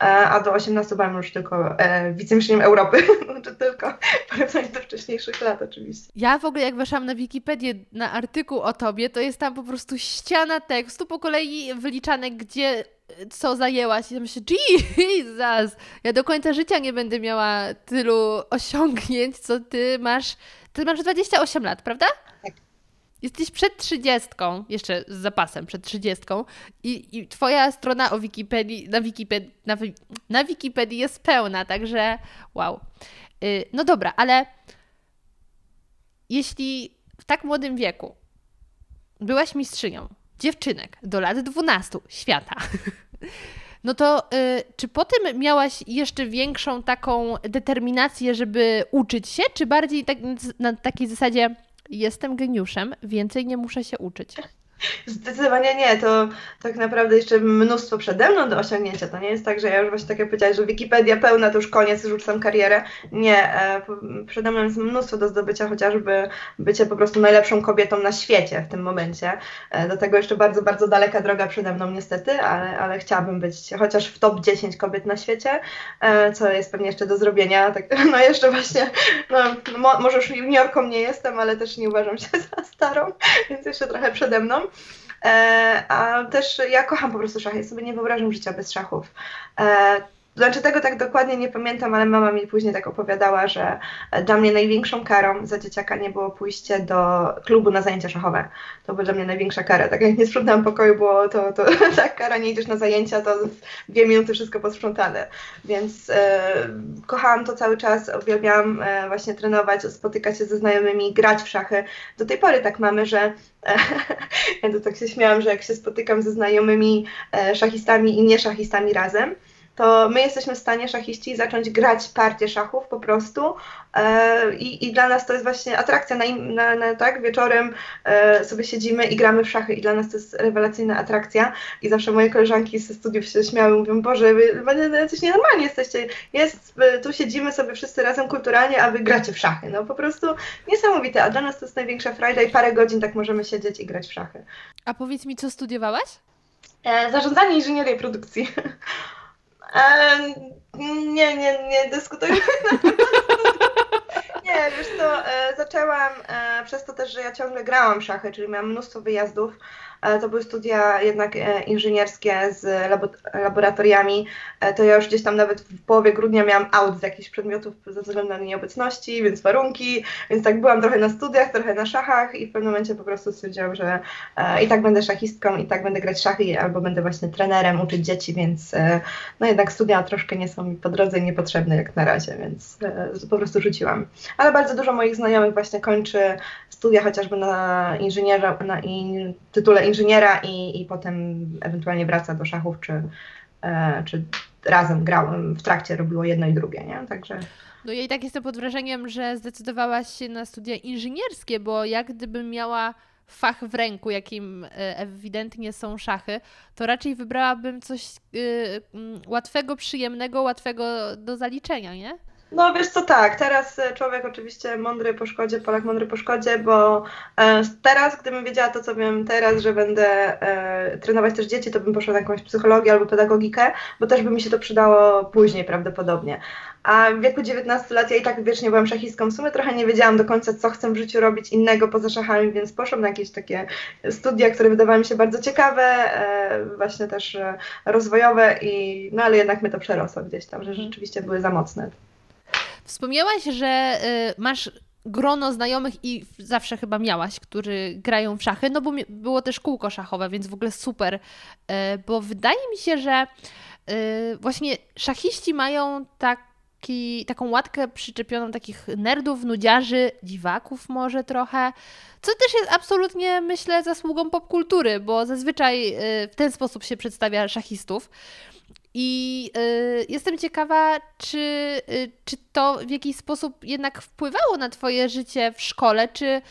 a do 18 byłam już tylko wicemistrzynią Europy, znaczy tylko w porównaniu do wcześniejszych lat oczywiście. Ja w ogóle jak weszłam na Wikipedię na artykuł o tobie, to jest tam po prostu ściana tekstu, po kolei wyliczane, gdzie co zajęłaś. I ja myślę, Jesus, ja do końca życia nie będę miała tylu osiągnięć, co ty masz. Ty masz 28 lat, prawda? Tak. Jesteś przed 30, jeszcze z zapasem przed 30 i twoja strona o Wikipedii, na Wikipedii jest pełna, także wow. No dobra, ale jeśli w tak młodym wieku byłaś mistrzynią dziewczynek do lat 12 świata, no to czy potem miałaś jeszcze większą taką determinację, żeby uczyć się, czy bardziej tak, na takiej zasadzie jestem geniuszem, więcej nie muszę się uczyć? Zdecydowanie nie, to tak naprawdę jeszcze mnóstwo przede mną do osiągnięcia. To nie jest tak, że ja już właśnie tak jak powiedziałaś, że Wikipedia pełna, to już koniec, rzucam karierę. Nie, przede mną jest mnóstwo do zdobycia, chociażby bycie po prostu najlepszą kobietą na świecie w tym momencie. Do tego jeszcze bardzo, bardzo daleka droga przede mną niestety, ale chciałabym być chociaż w top 10 kobiet na świecie, co jest pewnie jeszcze do zrobienia. Tak, no jeszcze właśnie, może już juniorką nie jestem, ale też nie uważam się za starą, więc jeszcze trochę przede mną. A też ja kocham po prostu szachy, ja sobie nie wyobrażam życia bez szachów. Znaczy tego tak dokładnie nie pamiętam, ale mama mi później tak opowiadała, że dla mnie największą karą za dzieciaka nie było pójście do klubu na zajęcia szachowe. To była dla mnie największa kara. Tak jak nie sprzątałam pokoju, było to tak kara, nie idziesz na zajęcia, to 2 minuty wszystko posprzątane. Więc kochałam to cały czas, uwielbiałam właśnie trenować, spotykać się ze znajomymi, grać w szachy. Do tej pory tak mamy, że ja to tak się śmiałam, że jak się spotykam ze znajomymi szachistami i nieszachistami razem, to my jesteśmy w stanie, szachiści, zacząć grać partię szachów po prostu i dla nas to jest właśnie atrakcja, tak, wieczorem sobie siedzimy i gramy w szachy i dla nas to jest rewelacyjna atrakcja i zawsze moje koleżanki ze studiów się śmiały, mówią, Boże, wy coś nienormalni jesteście, tu siedzimy sobie wszyscy razem kulturalnie, a wy gracie w szachy, no po prostu niesamowite, a dla nas to jest największa frajda i parę godzin tak możemy siedzieć i grać w szachy. A powiedz mi, co studiowałaś? Zarządzanie inżynierii produkcji. Nie dyskutujmy. Nie, wiesz co, zaczęłam przez to też, że ja ciągle grałam w szachy, czyli miałam mnóstwo wyjazdów. To były studia jednak inżynierskie z laboratoriami, to ja już gdzieś tam nawet w połowie grudnia miałam out z jakichś przedmiotów ze względu na nieobecności, więc warunki, więc tak byłam trochę na studiach, trochę na szachach i w pewnym momencie po prostu stwierdziłam, że i tak będę szachistką, i tak będę grać szachy, albo będę właśnie trenerem, uczyć dzieci, więc no jednak studia troszkę nie są mi po drodze i niepotrzebne jak na razie, więc po prostu rzuciłam. Ale bardzo dużo moich znajomych właśnie kończy studia chociażby na inżyniera, na tytule inżyniera i potem ewentualnie wraca do szachów, czy razem grałem, w trakcie robiło jedno i drugie, nie? Także... No ja i tak jestem pod wrażeniem, że zdecydowałaś się na studia inżynierskie, bo jak gdybym miała fach w ręku, jakim ewidentnie są szachy, to raczej wybrałabym coś łatwego, przyjemnego, łatwego do zaliczenia, nie? No wiesz co, tak, teraz człowiek oczywiście mądry po szkodzie, Polak mądry po szkodzie, bo teraz, gdybym wiedziała to, co wiem teraz, że będę trenować też dzieci, to bym poszła na jakąś psychologię albo pedagogikę, bo też by mi się to przydało później prawdopodobnie. A w wieku 19 lat ja i tak wiecznie byłam szachistką, w sumie trochę nie wiedziałam do końca, co chcę w życiu robić innego poza szachami, więc poszłam na jakieś takie studia, które wydawały mi się bardzo ciekawe, właśnie też rozwojowe, no ale jednak mnie to przerosło gdzieś tam, że rzeczywiście były za mocne. Wspomniałaś, że masz grono znajomych i zawsze chyba miałaś, którzy grają w szachy, no bo było też kółko szachowe, więc w ogóle super, bo wydaje mi się, że właśnie szachiści mają taką łatkę przyczepioną takich nerdów, nudziarzy, dziwaków może trochę, co też jest absolutnie, myślę, zasługą popkultury, bo zazwyczaj w ten sposób się przedstawia szachistów. I jestem ciekawa, czy to w jakiś sposób jednak wpływało na twoje życie w szkole, czy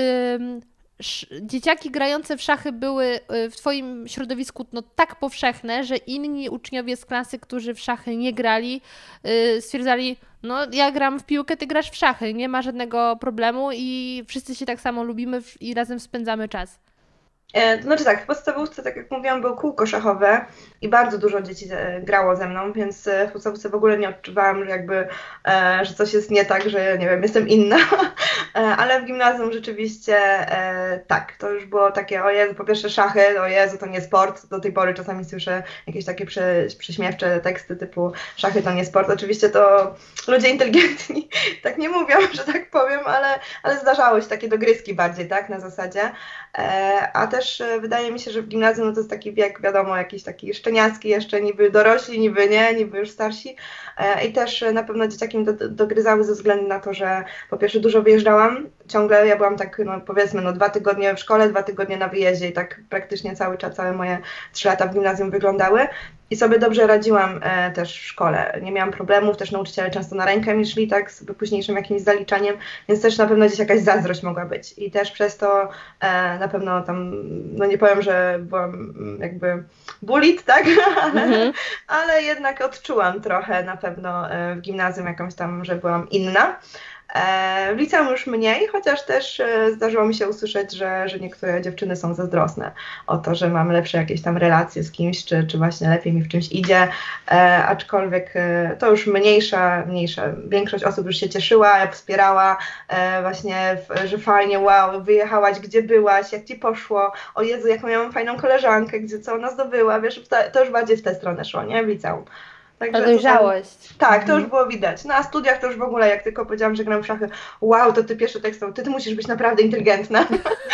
dzieciaki grające w szachy były w twoim środowisku tak powszechne, że inni uczniowie z klasy, którzy w szachy nie grali, stwierdzali, no ja gram w piłkę, ty grasz w szachy, nie ma żadnego problemu i wszyscy się tak samo lubimy i razem spędzamy czas. To znaczy tak, w podstawówce, tak jak mówiłam, było kółko szachowe i bardzo dużo dzieci grało ze mną, więc w podstawówce w ogóle nie odczuwałam, że jakby, że coś jest nie tak, że nie wiem, jestem inna, ale w gimnazjum rzeczywiście tak, to już było takie, o Jezu, po pierwsze szachy, o Jezu, to nie sport, do tej pory czasami słyszę jakieś takie prześmiewcze teksty typu szachy to nie sport, oczywiście to ludzie inteligentni tak nie mówią, że tak powiem, ale zdarzały się takie dogryzki bardziej, tak, na zasadzie, a też wydaje mi się, że w gimnazjum no to jest taki wiek, wiadomo, jakiś taki szczeniacki jeszcze, niby dorośli, niby nie, niby już starsi i też na pewno dzieciaki mi dogryzały ze względu na to, że po pierwsze dużo wyjeżdżałam, ciągle ja byłam tak, no powiedzmy, no 2 tygodnie w szkole, 2 tygodnie na wyjeździe i tak praktycznie cały czas, całe moje 3 lata w gimnazjum wyglądały i sobie dobrze radziłam też w szkole. Nie miałam problemów, też nauczyciele często na rękę mi szli, tak, z późniejszym jakimś zaliczaniem, więc też na pewno gdzieś jakaś zazdrość mogła być i też przez to na pewno tam, no nie powiem, że byłam jakby bullied, tak, ale jednak odczułam trochę na pewno w gimnazjum jakąś tam, że byłam inna. W liceum już mniej, chociaż też zdarzyło mi się usłyszeć, że niektóre dziewczyny są zazdrosne o to, że mam lepsze jakieś tam relacje z kimś, czy właśnie lepiej mi w czymś idzie, aczkolwiek to już mniejsza, większość osób już się cieszyła, wspierała właśnie, że fajnie, wow, wyjechałaś, gdzie byłaś, jak ci poszło, o Jezu, jaką miałam fajną koleżankę, co ona zdobyła, wiesz, to już bardziej w tę stronę szło, nie, w liceum. Ta dojrzałość. Tak, to już było widać. Na studiach to już w ogóle, jak tylko powiedziałam, że gram w szachy, wow, to ty pierwszy tekst, ty musisz być naprawdę inteligentna.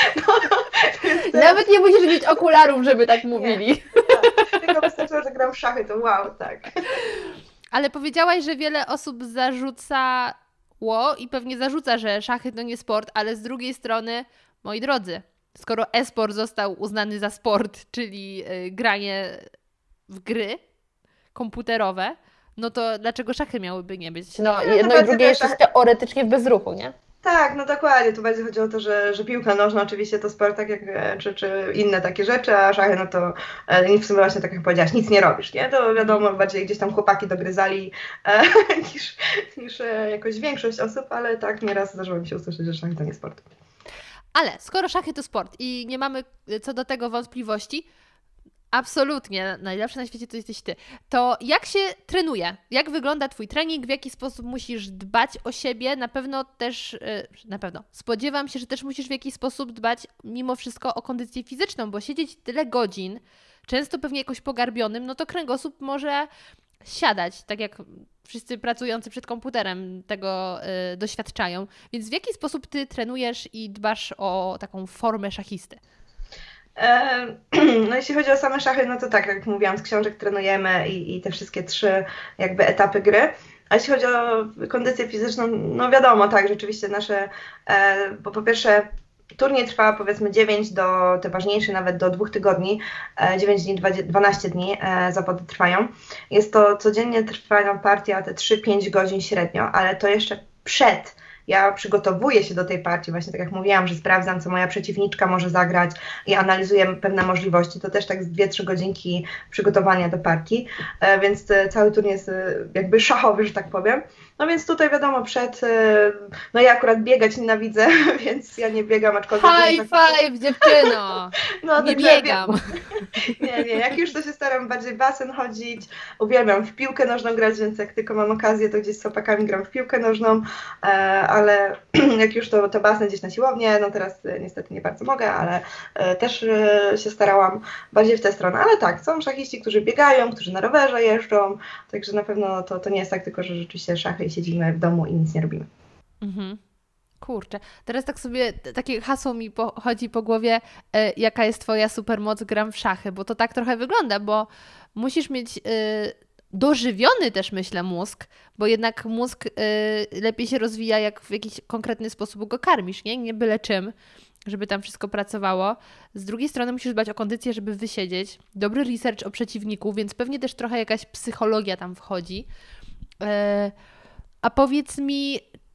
Nawet nie musisz mieć okularów, żeby tak mówili. Nie. Tylko wystarczyło, że gram w szachy, to wow, tak. Ale powiedziałaś, że wiele osób zarzucało i pewnie zarzuca, że szachy to nie sport, ale z drugiej strony, moi drodzy, skoro e-sport został uznany za sport, czyli granie w gry komputerowe, no to dlaczego szachy miałyby nie być? No jedno i drugie jeszcze teoretycznie w bezruchu, nie? Tak, no dokładnie. Tu bardziej chodzi o to, że piłka nożna oczywiście to sport, tak jak, czy inne takie rzeczy, a szachy, no to w sumie właśnie tak jak powiedziałaś, nic nie robisz, nie? To wiadomo, bardziej gdzieś tam chłopaki dogryzali niż jakoś większość osób, ale tak, nieraz zdarzyło mi się usłyszeć, że szachy to nie sport. Ale skoro szachy to sport i nie mamy co do tego wątpliwości, absolutnie, najlepsze na świecie to jesteś ty. To jak się trenuje? Jak wygląda twój trening? W jaki sposób musisz dbać o siebie? Na pewno spodziewam się, że też musisz w jakiś sposób dbać mimo wszystko o kondycję fizyczną, bo siedzieć tyle godzin, często pewnie jakoś pogarbionym, no to kręgosłup może siadać, tak jak wszyscy pracujący przed komputerem tego doświadczają. Więc w jaki sposób ty trenujesz i dbasz o taką formę szachisty? No jeśli chodzi o same szachy, no to tak, jak mówiłam, z książek trenujemy i te wszystkie 3 jakby etapy gry. A jeśli chodzi o kondycję fizyczną, no wiadomo, tak, rzeczywiście nasze, bo po pierwsze turniej trwa powiedzmy 9 te ważniejsze nawet do 2 tygodni, 9 dni, 12 dni zawody trwają. Jest to codziennie trwają partia te 3-5 godzin średnio, ale to jeszcze ja przygotowuję się do tej partii, właśnie tak jak mówiłam, że sprawdzam, co moja przeciwniczka może zagrać i analizuję pewne możliwości. To też tak z 2-3 godzinki przygotowania do partii, więc cały turniej jest jakby szachowy, że tak powiem. No więc tutaj wiadomo, no ja akurat biegać nienawidzę, więc ja nie biegam, aczkolwiek... High five, dziewczyno! No, nie biegam! Nie, jak już to się staram bardziej basen chodzić, uwielbiam w piłkę nożną grać, więc jak tylko mam okazję, to gdzieś z chłopakami gram w piłkę nożną, ale jak już to basen gdzieś na siłownię, no teraz niestety nie bardzo mogę, ale też się starałam bardziej w tę stronę. Ale tak, są szachiści, którzy biegają, którzy na rowerze jeżdżą, także na pewno to nie jest tak tylko, że rzeczywiście szachy i siedzimy w domu i nic nie robimy. Kurczę, teraz tak sobie takie hasło mi chodzi po głowie, jaka jest twoja supermoc, gram w szachy, bo to tak trochę wygląda, bo musisz mieć dożywiony też, myślę, mózg, bo jednak mózg lepiej się rozwija, jak w jakiś konkretny sposób go karmisz, nie byle czym, żeby tam wszystko pracowało. Z drugiej strony musisz dbać o kondycję, żeby wysiedzieć, dobry research o przeciwniku, więc pewnie też trochę jakaś psychologia tam wchodzi. A powiedz mi,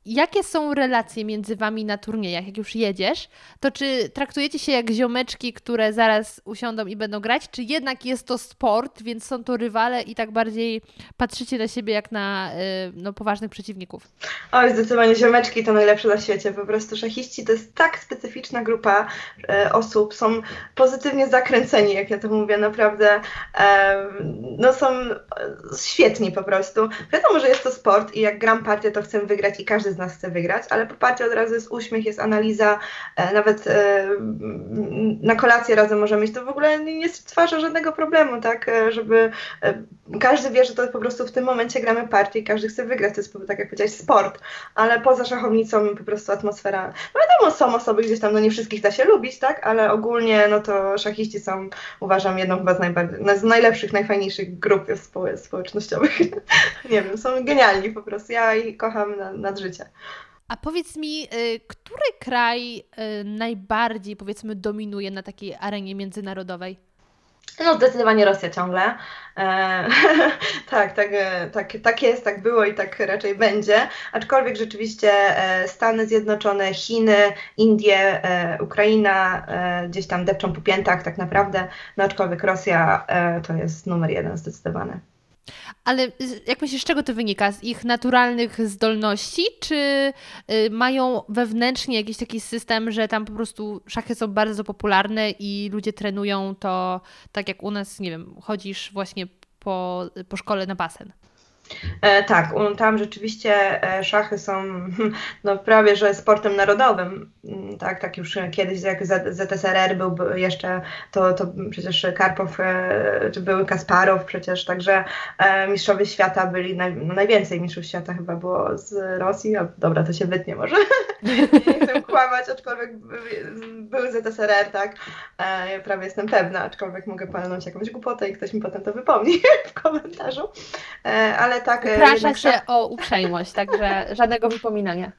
jakie są relacje między wami na turniejach, jak już jedziesz? To czy traktujecie się jak ziomeczki, które zaraz usiądą i będą grać, czy jednak jest to sport, więc są to rywale i tak bardziej patrzycie na siebie jak na poważnych przeciwników? Oj, zdecydowanie ziomeczki to najlepsze na świecie. Po prostu szachiści to jest tak specyficzna grupa osób, są pozytywnie zakręceni, jak ja to mówię, naprawdę są świetni po prostu. Wiadomo, że jest to sport i jak gram partię, to chcę wygrać i każdy z nas chce wygrać, ale po partii od razu jest uśmiech, jest analiza, nawet na kolację razem możemy iść. To w ogóle nie stwarza żadnego problemu, tak, żeby każdy wie, że to po prostu w tym momencie gramy partię i każdy chce wygrać. To jest, tak jak powiedziałeś, sport, ale poza szachownicą po prostu atmosfera, no wiadomo, są osoby gdzieś tam, nie wszystkich da się lubić, tak, ale ogólnie no to szachiści są, uważam, jedną chyba z najlepszych, najfajniejszych grup społecznościowych. Nie wiem, są genialni po prostu. Ja ich kocham nad życie. A powiedz mi, który kraj najbardziej, powiedzmy, dominuje na takiej arenie międzynarodowej? No zdecydowanie Rosja ciągle. Tak jest, tak było i tak raczej będzie. Aczkolwiek rzeczywiście Stany Zjednoczone, Chiny, Indie, Ukraina gdzieś tam depczą po piętach tak naprawdę. No aczkolwiek Rosja to jest numer 1 zdecydowanie. Ale jak myślisz, z czego to wynika? Z ich naturalnych zdolności? Czy mają wewnętrznie jakiś taki system, że tam po prostu szachy są bardzo popularne i ludzie trenują to tak jak u nas, nie wiem, chodzisz właśnie po szkole na basen? Tak, tam rzeczywiście szachy są prawie że sportem narodowym. Tak już kiedyś jak ZSRR był jeszcze, to przecież Karpow, czy były Kasparow przecież, także mistrzowie świata byli, najwięcej mistrzów świata chyba było z Rosji, dobra, to się wytnie może, nie chcę kłamać, aczkolwiek były ZSRR, tak, ja prawie jestem pewna, aczkolwiek mogę palnąć jakąś głupotę i ktoś mi potem to wypomni w komentarzu, ale tak. Proszę się o uprzejmość, także żadnego wypominania.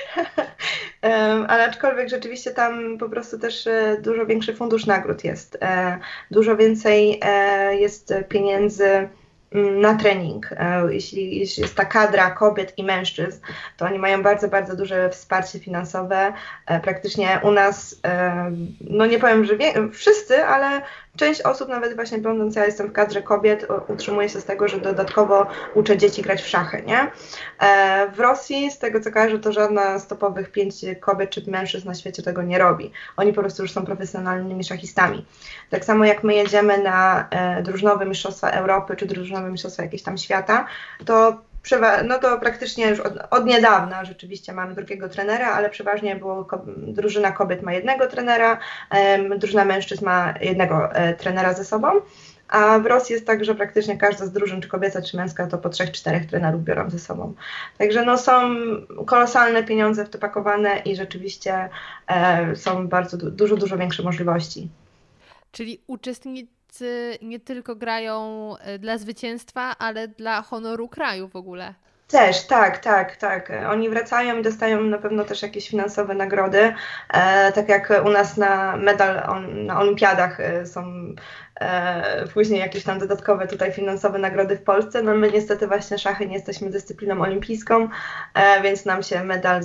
Ale aczkolwiek rzeczywiście tam po prostu też dużo większy fundusz nagród jest. Dużo więcej jest pieniędzy na trening. Jeśli jest ta kadra kobiet i mężczyzn, to oni mają bardzo, bardzo duże wsparcie finansowe. Praktycznie u nas, no nie powiem, że wszyscy, ale część osób, nawet właśnie będąc, ja jestem w kadrze kobiet, utrzymuje się z tego, że dodatkowo uczę dzieci grać w szachy, nie? W Rosji, z tego co kojarzę, to żadna z topowych 5 kobiet czy mężczyzn na świecie tego nie robi. Oni po prostu już są profesjonalnymi szachistami. Tak samo jak my jedziemy na drużynowe mistrzostwa Europy czy drużynowe mistrzostwa jakieś tam świata, to praktycznie już od niedawna rzeczywiście mamy drugiego trenera, ale przeważnie drużyna kobiet ma jednego trenera, drużyna mężczyzn ma jednego trenera ze sobą, a w Rosji jest tak, że praktycznie każda z drużyn, czy kobieca, czy męska, to po 3-4 trenerów biorą ze sobą. Także są kolosalne pieniądze w to pakowane i rzeczywiście są bardzo dużo większe możliwości. Czyli uczestnicy nie tylko grają dla zwycięstwa, ale dla honoru kraju w ogóle. Też, tak. Oni wracają i dostają na pewno też jakieś finansowe nagrody, tak jak u nas na medal na olimpiadach są później jakieś tam dodatkowe tutaj finansowe nagrody w Polsce. No my niestety właśnie szachy nie jesteśmy dyscypliną olimpijską, więc nam się medal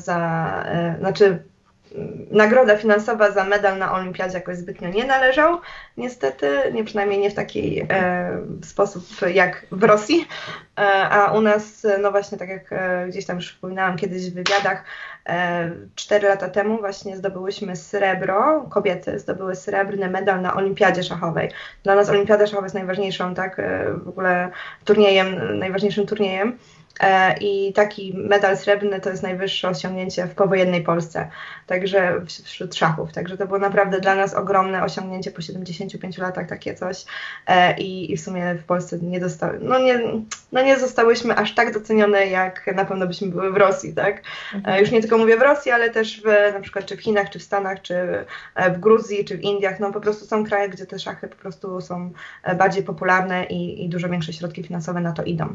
nagroda finansowa za medal na olimpiadzie jakoś zbytnio nie należał, niestety, przynajmniej nie w taki sposób jak w Rosji, a u nas, no właśnie tak jak gdzieś tam już wspominałam kiedyś w wywiadach, 4 lata temu właśnie kobiety zdobyły srebrny medal na olimpiadzie szachowej. Dla nas olimpiada szachowa jest najważniejszą, tak, w ogóle najważniejszym turniejem. I taki medal srebrny to jest najwyższe osiągnięcie w powojennej Polsce, także wśród szachów. Także to było naprawdę dla nas ogromne osiągnięcie po 75 latach, takie coś. I w sumie w Polsce nie zostałyśmy aż tak docenione, jak na pewno byśmy były w Rosji, tak? Już nie tylko mówię w Rosji, ale też na przykład czy w Chinach, czy w Stanach, czy w Gruzji, czy w Indiach. No po prostu są kraje, gdzie te szachy po prostu są bardziej popularne i dużo większe środki finansowe na to idą.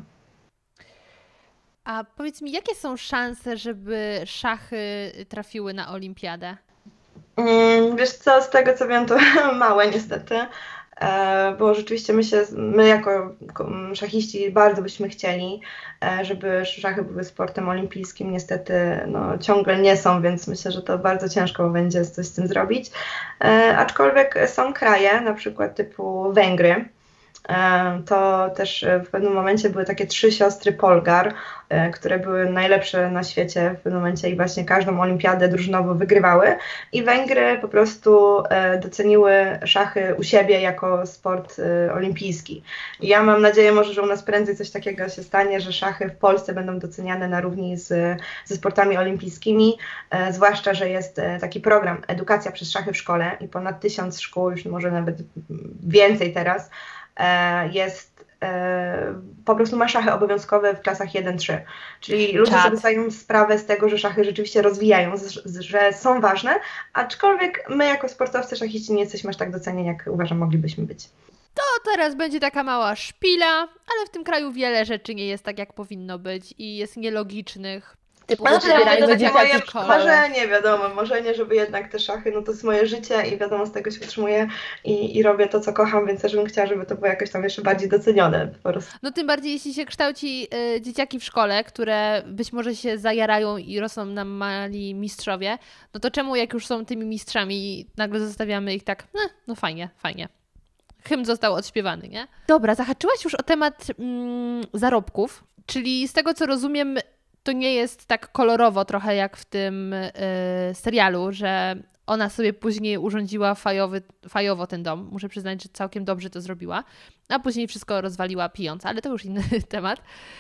A powiedz mi, jakie są szanse, żeby szachy trafiły na olimpiadę? Wiesz co, z tego co wiem, to małe niestety. bo rzeczywiście my jako szachiści bardzo byśmy chcieli, żeby szachy były sportem olimpijskim. Niestety ciągle nie są, więc myślę, że to bardzo ciężko będzie coś z tym zrobić. Aczkolwiek są kraje, na przykład typu Węgry. To też w pewnym momencie były takie 3 siostry Polgar, które były najlepsze na świecie w pewnym momencie i właśnie każdą olimpiadę drużynowo wygrywały i Węgry po prostu doceniły szachy u siebie jako sport olimpijski. I ja mam nadzieję może, że u nas prędzej coś takiego się stanie, że szachy w Polsce będą doceniane na równi ze sportami olimpijskimi, zwłaszcza, że jest taki program Edukacja przez szachy w szkole i ponad 1000 szkół, już może nawet więcej teraz, po prostu ma szachy obowiązkowe w klasach 1-3. Czyli ludzie sobie zdają sprawę z tego, że szachy rzeczywiście rozwijają, że są ważne, aczkolwiek my jako sportowcy szachiści nie jesteśmy aż tak docenieni, jak uważam moglibyśmy być. To teraz będzie taka mała szpila, ale w tym kraju wiele rzeczy nie jest tak, jak powinno być i jest nielogicznych. To moje marzenie, wiadomo, marzenie, żeby jednak te szachy, to jest moje życie i wiadomo, z tego się utrzymuję i robię to, co kocham, więc też bym chciała, żeby to było jakoś tam jeszcze bardziej docenione po prostu. Tym bardziej, jeśli się kształci dzieciaki w szkole, które być może się zajarają i rosną nam mali mistrzowie, to czemu jak już są tymi mistrzami nagle zostawiamy ich tak, fajnie. Hymn został odśpiewany, nie? Dobra, zahaczyłaś już o temat zarobków, czyli z tego, co rozumiem, to nie jest tak kolorowo trochę jak w tym serialu, że ona sobie później urządziła fajowo ten dom. Muszę przyznać, że całkiem dobrze to zrobiła. A później wszystko rozwaliła pijąc, ale to już inny temat.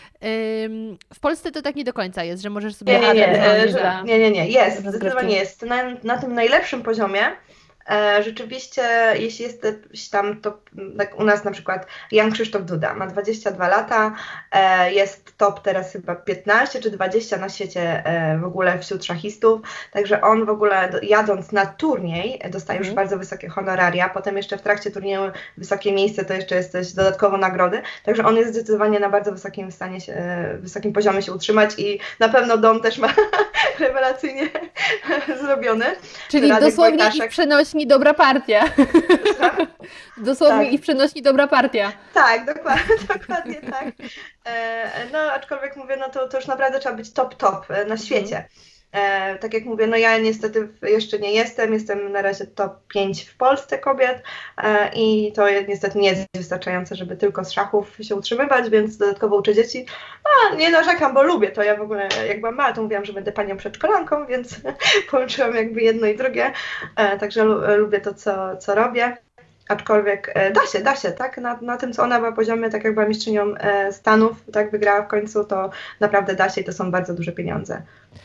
W Polsce to tak nie do końca jest, że możesz sobie... Nie, jest, zdecydowanie jest. Na tym najlepszym poziomie rzeczywiście, jeśli jesteś tam, to tak u nas na przykład Jan Krzysztof Duda ma 22 lata, jest top teraz chyba 15 czy 20 na świecie w ogóle wśród szachistów, także on w ogóle jadąc na turniej dostaje już bardzo wysokie honoraria, potem jeszcze w trakcie turnieju wysokie miejsce to jeszcze jesteś dodatkowo nagrody, także on jest zdecydowanie na bardzo wysokim poziomie się utrzymać i na pewno dom też ma rewelacyjnie zrobiony. Czyli dosłownie i przenośni dobra partia. Dosłownie i w przenośni dobra partia. Tak, dokładnie tak. Aczkolwiek mówię, to już naprawdę trzeba być top na świecie. Tak jak mówię, ja niestety jeszcze nie jestem na razie top 5 w Polsce kobiet i to niestety nie jest wystarczające, żeby tylko z szachów się utrzymywać, więc dodatkowo uczę dzieci. Nie narzekam, bo lubię to, ja w ogóle jak byłam mała, to mówiłam, że będę panią przedszkolanką, więc połączyłam jakby jedno i drugie, także lubię to, co robię. Aczkolwiek da się, tak? Na tym, co ona była poziomie, tak jak była mistrzynią Stanów, tak, wygrała w końcu, to naprawdę da się i to są bardzo duże pieniądze.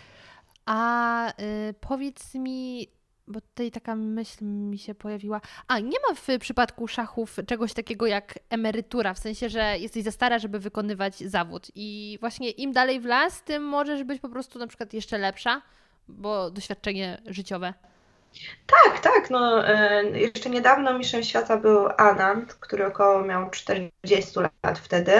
A powiedz mi, bo tutaj taka myśl mi się pojawiła. Nie ma w przypadku szachów czegoś takiego jak emerytura, w sensie, że jesteś za stara, żeby wykonywać zawód i właśnie im dalej w las, tym możesz być po prostu na przykład jeszcze lepsza, bo doświadczenie życiowe. Tak, jeszcze niedawno mistrzem świata był Anand, który około miał 40 lat wtedy,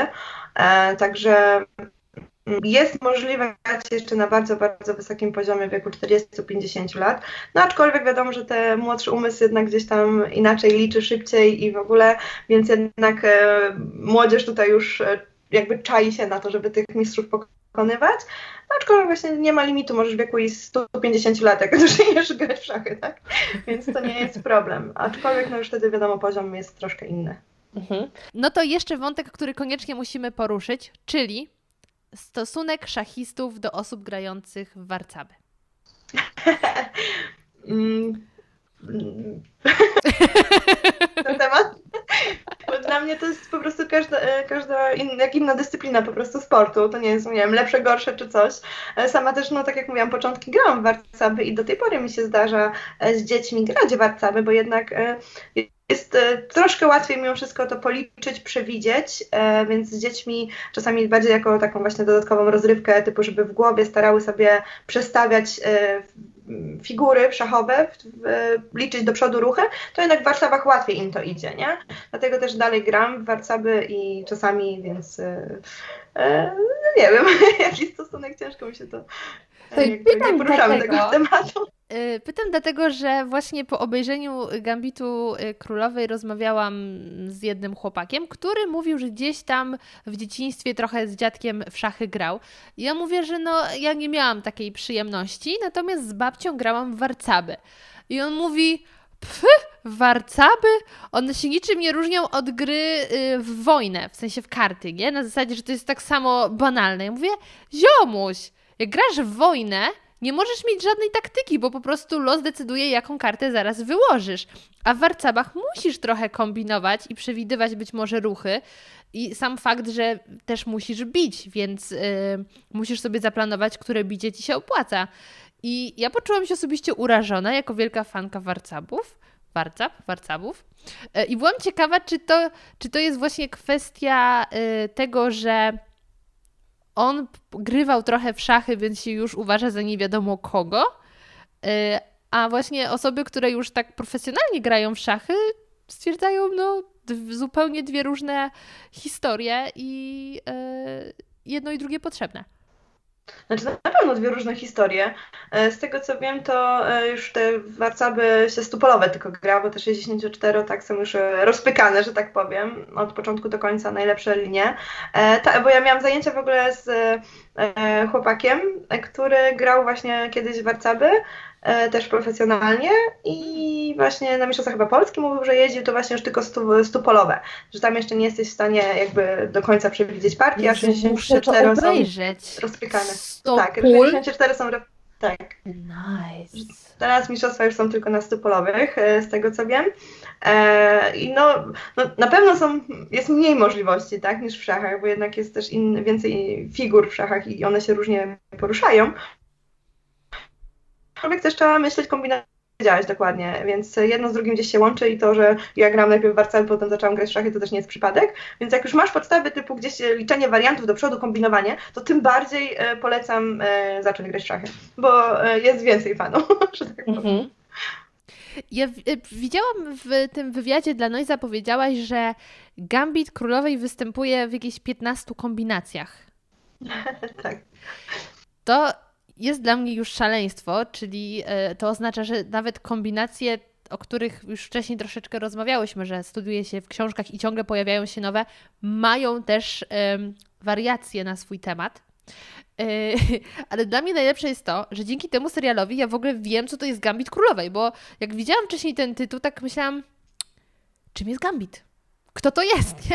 także jest możliwe grać jeszcze na bardzo, bardzo wysokim poziomie w wieku 40-50 lat, aczkolwiek wiadomo, że ten młodszy umysł jednak gdzieś tam inaczej liczy szybciej i w ogóle, więc jednak młodzież tutaj już jakby czai się na to, żeby tych mistrzów pokonywać, aczkolwiek właśnie nie ma limitu, możesz w wieku i 150 lat, jak zaczniesz grać w szachy, tak? Więc to nie jest problem, aczkolwiek już wtedy wiadomo, poziom jest troszkę inny. To jeszcze wątek, który koniecznie musimy poruszyć, czyli stosunek szachistów do osób grających w warcaby. Ten temat? Bo dla mnie to jest po prostu każda inna dyscyplina po prostu sportu. To nie jest, nie wiem, lepsze, gorsze czy coś. Sama też, tak jak mówiłam, początki grałam w warcaby i do tej pory mi się zdarza z dziećmi grać w warcaby, bo jednak jest troszkę łatwiej mimo wszystko to policzyć, przewidzieć, więc z dziećmi czasami bardziej jako taką właśnie dodatkową rozrywkę, typu żeby w głowie starały sobie przestawiać figury szachowe, liczyć do przodu ruchy, to jednak w warcabach łatwiej im to idzie, nie? Dlatego też dalej gram w warcaby i czasami, więc nie wiem, jaki stosunek, ciężko mi się to nie poruszamy tego tematu. Pytam dlatego, że właśnie po obejrzeniu Gambitu Królowej rozmawiałam z jednym chłopakiem, który mówił, że gdzieś tam w dzieciństwie trochę z dziadkiem w szachy grał. I ja mówię, że ja nie miałam takiej przyjemności, natomiast z babcią grałam w warcaby. I on mówi, warcaby? One się niczym nie różnią od gry w wojnę, w sensie w karty, nie? Na zasadzie, że to jest tak samo banalne. Ja mówię, ziomuś, jak grasz w wojnę, nie możesz mieć żadnej taktyki, bo po prostu los decyduje, jaką kartę zaraz wyłożysz. A w warcabach musisz trochę kombinować i przewidywać być może ruchy. I sam fakt, że też musisz bić, więc musisz sobie zaplanować, które bicie ci się opłaca. I ja poczułam się osobiście urażona jako wielka fanka warcabów. I byłam ciekawa, czy to jest właśnie kwestia tego, że on grywał trochę w szachy, więc się już uważa za nie wiadomo kogo, a właśnie osoby, które już tak profesjonalnie grają w szachy, stwierdzają zupełnie dwie różne historie i jedno i drugie potrzebne. Znaczy na pewno dwie różne historie. Z tego co wiem, to już te warcaby się stupolowe tylko gra, bo te 64 tak są już rozpykane, że tak powiem, od początku do końca najlepsze linie. Bo ja miałam zajęcia w ogóle z chłopakiem, który grał właśnie kiedyś w warcaby, też profesjonalnie i właśnie na mistrzostwach chyba Polski mówił, że jeździł to właśnie już tylko stupolowe, że tam jeszcze nie jesteś w stanie jakby do końca przewidzieć partii, a 64 są rozpykane. Tak, 64 są tak. Nice. Teraz mistrzostwa już są tylko na stupolowych, z tego co wiem. I na pewno jest mniej możliwości, tak, niż w szachach, bo jednak jest też więcej figur w szachach i one się różnie poruszają. Człowiek też trzeba myśleć, kombinować, działać dokładnie, więc jedno z drugim gdzieś się łączy i to, że ja grałam najpierw w warcaby, potem zaczęłam grać w szachy, to też nie jest przypadek, więc jak już masz podstawy typu gdzieś liczenie wariantów do przodu, kombinowanie, to tym bardziej polecam zacząć grać w szachy, bo jest więcej fanów, że tak powiem. Ja widziałam w tym wywiadzie dla Noiza, powiedziałaś, że Gambit Królowej występuje w jakichś 15 kombinacjach. Tak. To jest dla mnie już szaleństwo, czyli to oznacza, że nawet kombinacje, o których już wcześniej troszeczkę rozmawiałyśmy, że studiuje się w książkach i ciągle pojawiają się nowe, mają też wariacje na swój temat. Ale dla mnie najlepsze jest to, że dzięki temu serialowi ja w ogóle wiem, co to jest Gambit Królowej, bo jak widziałam wcześniej ten tytuł, tak myślałam, czym jest Gambit? Kto to jest, nie?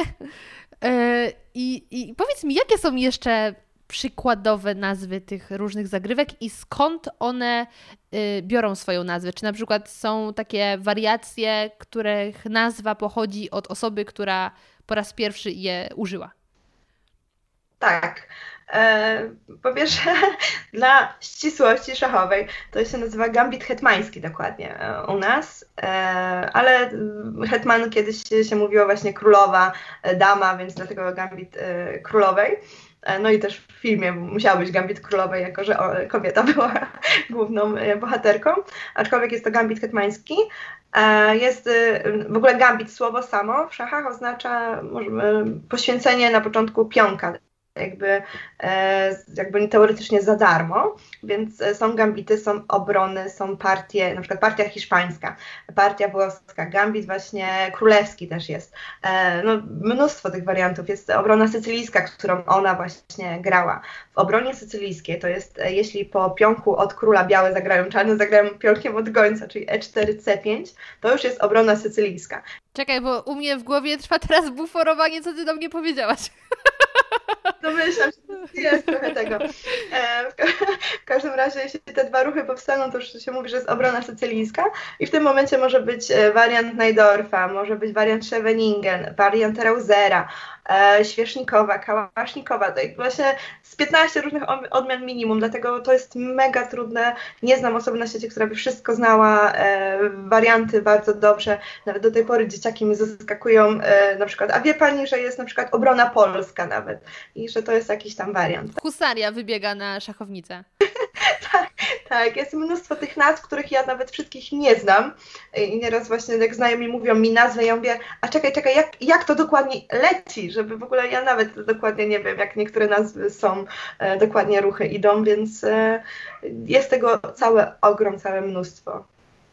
I powiedz mi, jakie są jeszcze przykładowe nazwy tych różnych zagrywek i skąd one biorą swoją nazwę? Czy na przykład są takie wariacje, których nazwa pochodzi od osoby, która po raz pierwszy je użyła? Tak. Po pierwsze, dla ścisłości szachowej to się nazywa gambit hetmański dokładnie u nas, ale hetman kiedyś się mówiło właśnie królowa, dama, więc dlatego gambit królowej. No i też w filmie musiał być gambit królowej, jako że kobieta była główną bohaterką, aczkolwiek jest to gambit hetmański. Jest w ogóle gambit, słowo samo w szachach oznacza poświęcenie na początku pionka, jakby teoretycznie za darmo, więc są gambity, są obrony, są partie, na przykład partia hiszpańska, partia włoska, gambit właśnie królewski też jest. Mnóstwo tych wariantów. Jest obrona sycylijska, którą ona właśnie grała. W obronie sycylijskiej to jest, jeśli po pionku od króla białe zagrają, czarne zagrają pionkiem od gońca, czyli E4, C5, to już jest obrona sycylijska. Czekaj, bo u mnie w głowie trwa teraz buforowanie, co ty do mnie powiedziałaś. Domyślam się, jest trochę tego. W każdym razie, jeśli te dwa ruchy powstaną, to już się mówi, że jest obrona sycylijska i w tym momencie może być wariant Najdorfa, może być wariant Scheveningen, wariant Rausera, Świesznikowa, Kałasznikowa, to właśnie z 15 różnych odmian minimum, dlatego to jest mega trudne. Nie znam osoby na świecie, która by wszystko znała, warianty bardzo dobrze. Nawet do tej pory dzieciaki mi zaskakują na przykład, a wie pani, że jest na przykład obrona polska nawet i że to jest jakiś tam wariant. Husaria wybiega na szachownicę. Tak, jest mnóstwo tych nazw, których ja nawet wszystkich nie znam i nieraz właśnie jak znajomi mówią mi nazwę, ja mówię, a czekaj, jak to dokładnie leci, żeby w ogóle ja nawet dokładnie nie wiem, jak niektóre nazwy są, dokładnie ruchy idą, więc jest tego ogrom, całe mnóstwo.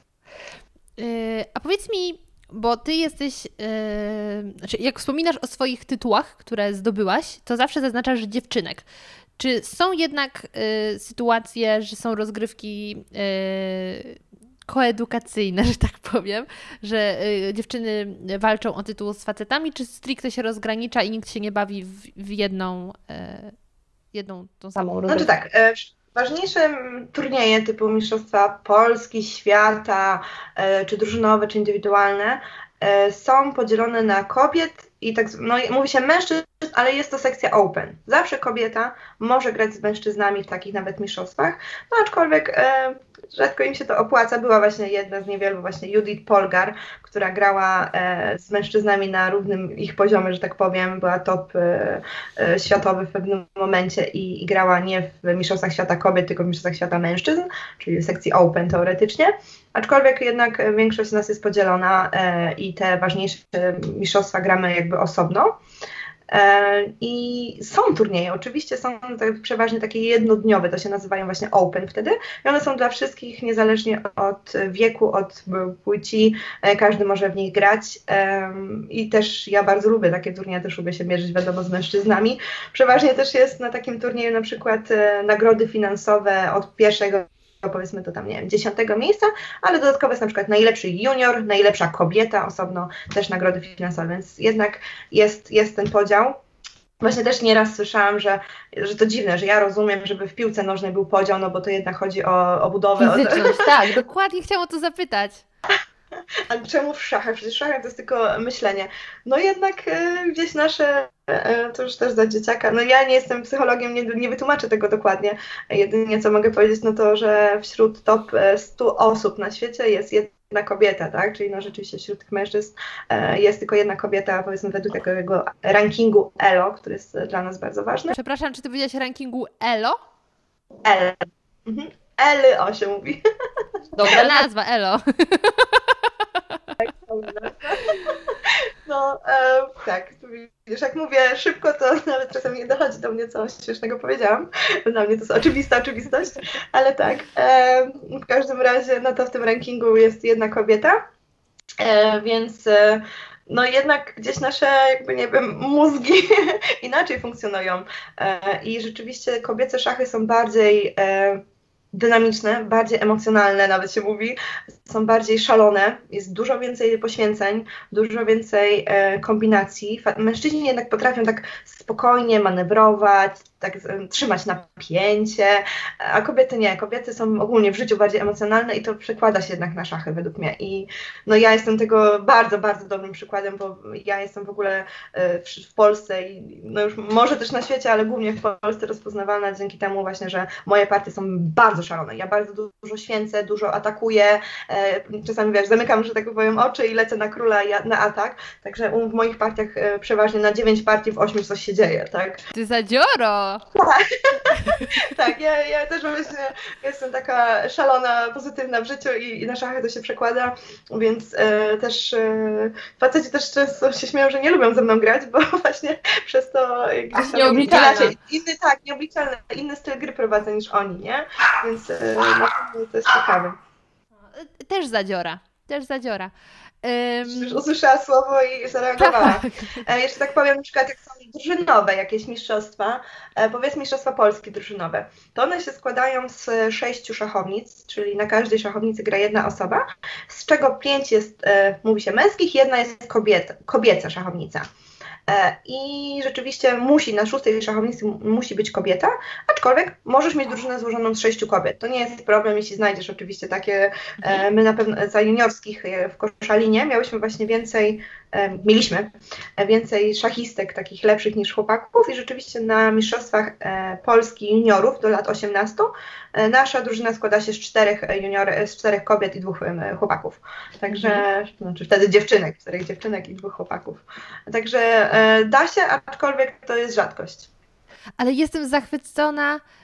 A powiedz mi, bo ty jesteś, znaczy jak wspominasz o swoich tytułach, które zdobyłaś, to zawsze zaznaczasz dziewczynek. Czy są jednak sytuacje, że są rozgrywki koedukacyjne, że tak powiem, że dziewczyny walczą o tytuł z facetami, czy stricte się rozgranicza i nikt się nie bawi w jedną tą samą rozgrywkę? Znaczy tak, ważniejsze turnieje typu Mistrzostwa Polski, Świata, czy drużynowe, czy indywidualne są podzielone na kobiet i tak, no mówi się mężczyzn, ale jest to sekcja open. Zawsze kobieta może grać z mężczyznami w takich nawet mistrzostwach, no aczkolwiek rzadko im się to opłaca. Była właśnie jedna z niewielu, właśnie Judith Polgar, która grała z mężczyznami na równym ich poziomie, że tak powiem, była top światowy w pewnym momencie i grała nie w mistrzostwach świata kobiet, tylko w mistrzostwach świata mężczyzn, czyli w sekcji open teoretycznie. Aczkolwiek jednak większość z nas jest podzielona i te ważniejsze mistrzostwa gramy jakby osobno. I są turnieje, oczywiście są przeważnie takie jednodniowe, to się nazywają właśnie open wtedy i one są dla wszystkich niezależnie od wieku, od płci, każdy może w nich grać i też ja bardzo lubię takie turnieje, też lubię się mierzyć wiadomo z mężczyznami. Przeważnie też jest na takim turnieju na przykład nagrody finansowe od pierwszego, powiedzmy to tam, nie wiem, 10 miejsca, ale dodatkowo jest na przykład najlepszy junior, najlepsza kobieta, osobno też nagrody finansowe, więc jednak jest ten podział. Właśnie też nieraz słyszałam, że to dziwne, że ja rozumiem, żeby w piłce nożnej był podział, no bo to jednak chodzi o budowę. Fizyczność, tak, dokładnie chciałam o to zapytać. Ale czemu w szachach? Przecież szachach to jest tylko myślenie. No jednak gdzieś nasze, to już też za dzieciaka, no ja nie jestem psychologiem, nie wytłumaczę tego dokładnie. Jedynie co mogę powiedzieć, no to, że wśród top 100 osób na świecie jest jedna kobieta, tak? Czyli no rzeczywiście wśród tych mężczyzn jest tylko jedna kobieta, powiedzmy według takiego rankingu ELO, który jest dla nas bardzo ważny. Przepraszam, czy ty powiedziałaś rankingu ELO? ELO. ELO się mówi. Dobra nazwa, ELO. No, tak, wiesz, jak mówię szybko, to nawet czasem nie dochodzi do mnie, co śmiesznego powiedziałam. Dla mnie to jest oczywista oczywistość, ale tak, w każdym razie, no to w tym rankingu jest jedna kobieta, więc no jednak gdzieś nasze, jakby nie wiem, mózgi inaczej funkcjonują i rzeczywiście kobiece szachy są bardziej dynamiczne, bardziej emocjonalne, nawet się mówi, są bardziej szalone, jest dużo więcej poświęceń, dużo więcej kombinacji. Mężczyźni jednak potrafią tak spokojnie manewrować, tak trzymać napięcie, a kobiety nie. Kobiety są ogólnie w życiu bardziej emocjonalne i to przekłada się jednak na szachy według mnie. I no ja jestem tego bardzo, bardzo dobrym przykładem, bo ja jestem w ogóle w Polsce i no już może też na świecie, ale głównie w Polsce rozpoznawalna dzięki temu właśnie, że moje partie są bardzo szalone. Ja bardzo dużo święcę, dużo atakuję, czasami wiesz, zamykam, że tak powiem, oczy i lecę na króla na atak, także w moich partiach przeważnie na 9 partii w 8 coś się dzieje, tak? Ty zadzioro! Tak, ja też właśnie jestem taka szalona, pozytywna w życiu i na szachy to się przekłada, więc też faceci też często się śmieją, że nie lubią ze mną grać, bo właśnie przez to gdzieś nieobliczalna. Nieobliczalny, inny styl gry prowadzę niż oni, nie? Więc na pewno to jest ciekawe. Też zadziora. Już usłyszała słowo i zareagowała. Jeszcze tak powiem, na przykład jak są drużynowe jakieś mistrzostwa, powiedzmy mistrzostwa polskie drużynowe, to one się składają z 6 szachownic, czyli na każdej szachownicy gra jedna osoba, z czego 5 jest, mówi się męskich, jedna jest kobieca szachownica. I rzeczywiście na 6 szachownicy musi być kobieta, aczkolwiek możesz mieć drużynę złożoną z 6 kobiet. To nie jest problem, jeśli znajdziesz oczywiście takie, my na pewno za juniorskich w Koszalinie mieliśmy więcej szachistek takich lepszych niż chłopaków i rzeczywiście na mistrzostwach Polski juniorów do lat 18 nasza drużyna składa się z 4 kobiet i 2 chłopaków. Także, znaczy wtedy 4 dziewczynek i 2 chłopaków. Także da się, aczkolwiek to jest rzadkość. Ale jestem zachwycona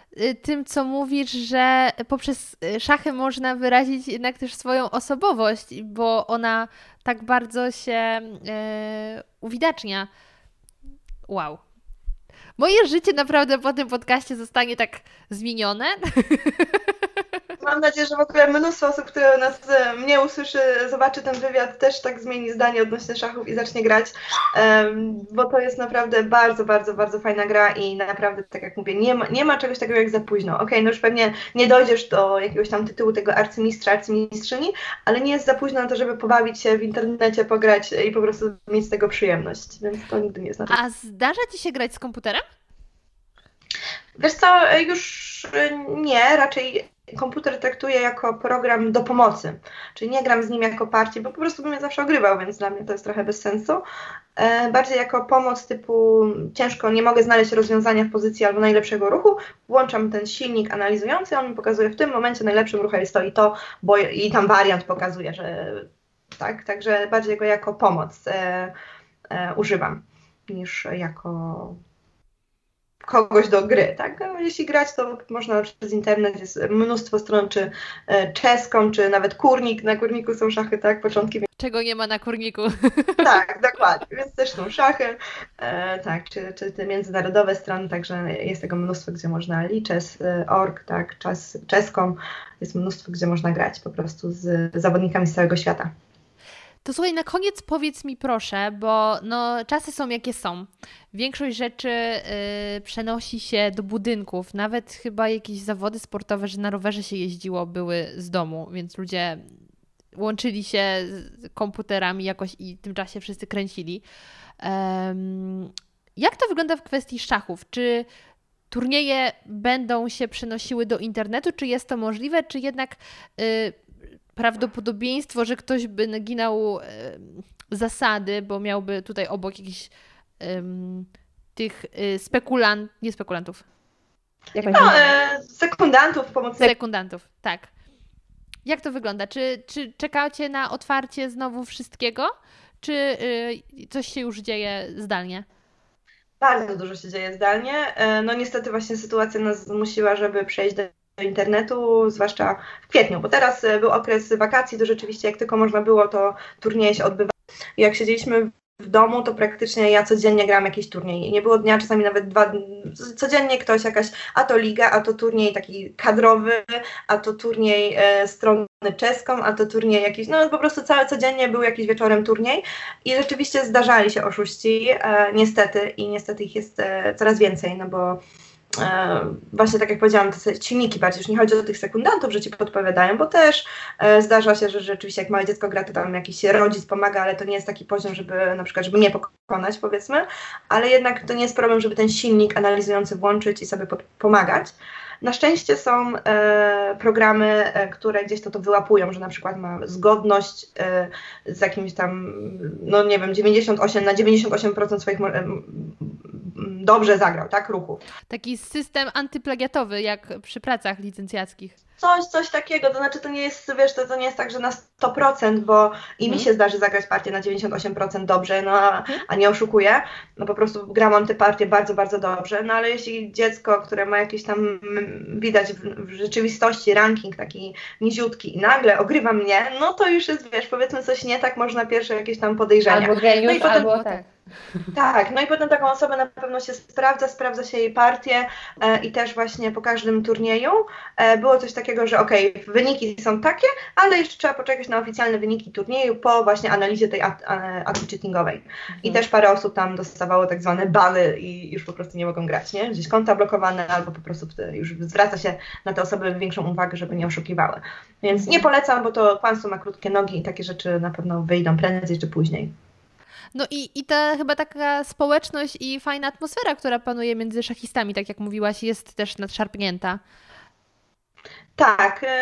tym, co mówisz, że poprzez szachy można wyrazić jednak też swoją osobowość, bo ona tak bardzo się uwidacznia. Wow. Moje życie naprawdę po tym podcaście zostanie tak zmienione. Mam nadzieję, że w ogóle mnóstwo osób, które mnie usłyszy, zobaczy ten wywiad, też tak zmieni zdanie odnośnie szachów i zacznie grać, bo to jest naprawdę bardzo, bardzo, bardzo fajna gra i naprawdę, tak jak mówię, nie ma czegoś takiego jak za późno. Okej, no już pewnie nie dojdziesz do jakiegoś tam tytułu tego arcymistrza, arcymistrzyni, ale nie jest za późno na to, żeby pobawić się w internecie, pograć i po prostu mieć z tego przyjemność, więc to nigdy nie znaczy. A zdarza Ci się grać z komputerem? Wiesz co, już nie, raczej komputer traktuję jako program do pomocy, czyli nie gram z nim jako partię, bo po prostu bym mnie zawsze ogrywał, więc dla mnie to jest trochę bez sensu. Bardziej jako pomoc typu ciężko, nie mogę znaleźć rozwiązania w pozycji albo najlepszego ruchu, włączam ten silnik analizujący, on mi pokazuje w tym momencie najlepszym ruchem jest to i to, i tam wariant pokazuje, że tak, także bardziej go jako pomoc używam niż jako kogoś do gry, tak? No, jeśli grać, to można przez internet, jest mnóstwo stron, czy czeską, czy nawet kurnik, na kurniku są szachy, tak? Początki. Czego nie ma na kurniku. Tak, dokładnie, więc też są szachy, tak, czy te międzynarodowe strony, także jest tego mnóstwo, gdzie można lichess.org, tak, czeską, jest mnóstwo, gdzie można grać po prostu z zawodnikami z całego świata. To słuchaj, na koniec powiedz mi proszę, bo no, czasy są jakie są. Większość rzeczy przenosi się do budynków. Nawet chyba jakieś zawody sportowe, że na rowerze się jeździło, były z domu, więc ludzie łączyli się z komputerami jakoś i w tym czasie wszyscy kręcili. Jak to wygląda w kwestii szachów? Czy turnieje będą się przenosiły do internetu? Czy jest to możliwe? Czy jednak prawdopodobieństwo, że ktoś by naginał zasady, bo miałby tutaj obok jakichś tych nie spekulantów. Sekundantów, pomocników. Sekundantów, tak. Jak to wygląda? Czy czekacie na otwarcie znowu wszystkiego? Czy coś się już dzieje zdalnie? Bardzo dużo się dzieje zdalnie. No niestety właśnie sytuacja nas zmusiła, żeby przejść do internetu, zwłaszcza w kwietniu, bo teraz był okres wakacji, to rzeczywiście jak tylko można było, to turnieje się odbywały. Jak siedzieliśmy w domu, to praktycznie ja codziennie grałam jakiś turniej. Nie było dnia, czasami nawet 2, codziennie ktoś jakaś, a to liga, a to turniej taki kadrowy, a to turniej strony czeską, a to turniej jakiś, no po prostu codziennie był jakiś wieczorem turniej i rzeczywiście zdarzali się oszuści, niestety ich jest coraz więcej, no bo właśnie tak jak powiedziałam, te silniki bardziej, już nie chodzi o tych sekundantów, że ci podpowiadają, bo też zdarza się, że rzeczywiście jak małe dziecko gra, to tam jakiś rodzic pomaga, ale to nie jest taki poziom, żeby na przykład, żeby mnie pokonać, powiedzmy, ale jednak to nie jest problem, żeby ten silnik analizujący włączyć i sobie pomagać. Na szczęście są programy, które gdzieś to wyłapują, że na przykład ma zgodność z jakimś tam, no nie wiem, 98% swoich dobrze zagrał, tak, ruchów. Taki system antyplagiatowy, jak przy pracach licencjackich. Coś takiego, to znaczy to nie jest, wiesz, to nie jest tak, że na 100%, bo i mi się zdarzy zagrać partię na 98% dobrze, no a nie oszukuję, no po prostu grałam te partie bardzo, bardzo dobrze, no ale jeśli dziecko, które ma jakieś tam, widać w rzeczywistości ranking taki niziutki i nagle ogrywa mnie, no to już jest, wiesz, powiedzmy coś nie tak, można pierwsze jakieś tam podejrzenia. Albo geniusz, no i potem, albo tak. Tak, no i potem taką osobę na pewno się sprawdza się jej partię i też właśnie po każdym turnieju było coś takiego, że okej, wyniki są takie, ale jeszcze trzeba poczekać na oficjalne wyniki turnieju po właśnie analizie tej akcji cheatingowej. I też parę osób tam dostawało tak zwane bany i już po prostu nie mogą grać, nie? Gdzieś konta blokowane albo po prostu już zwraca się na te osoby większą uwagę, żeby nie oszukiwały. Więc nie polecam, bo to kłamstwo ma krótkie nogi i takie rzeczy na pewno wyjdą prędzej czy później. No i ta chyba taka społeczność i fajna atmosfera, która panuje między szachistami, tak jak mówiłaś, jest też nadszarpnięta. Tak,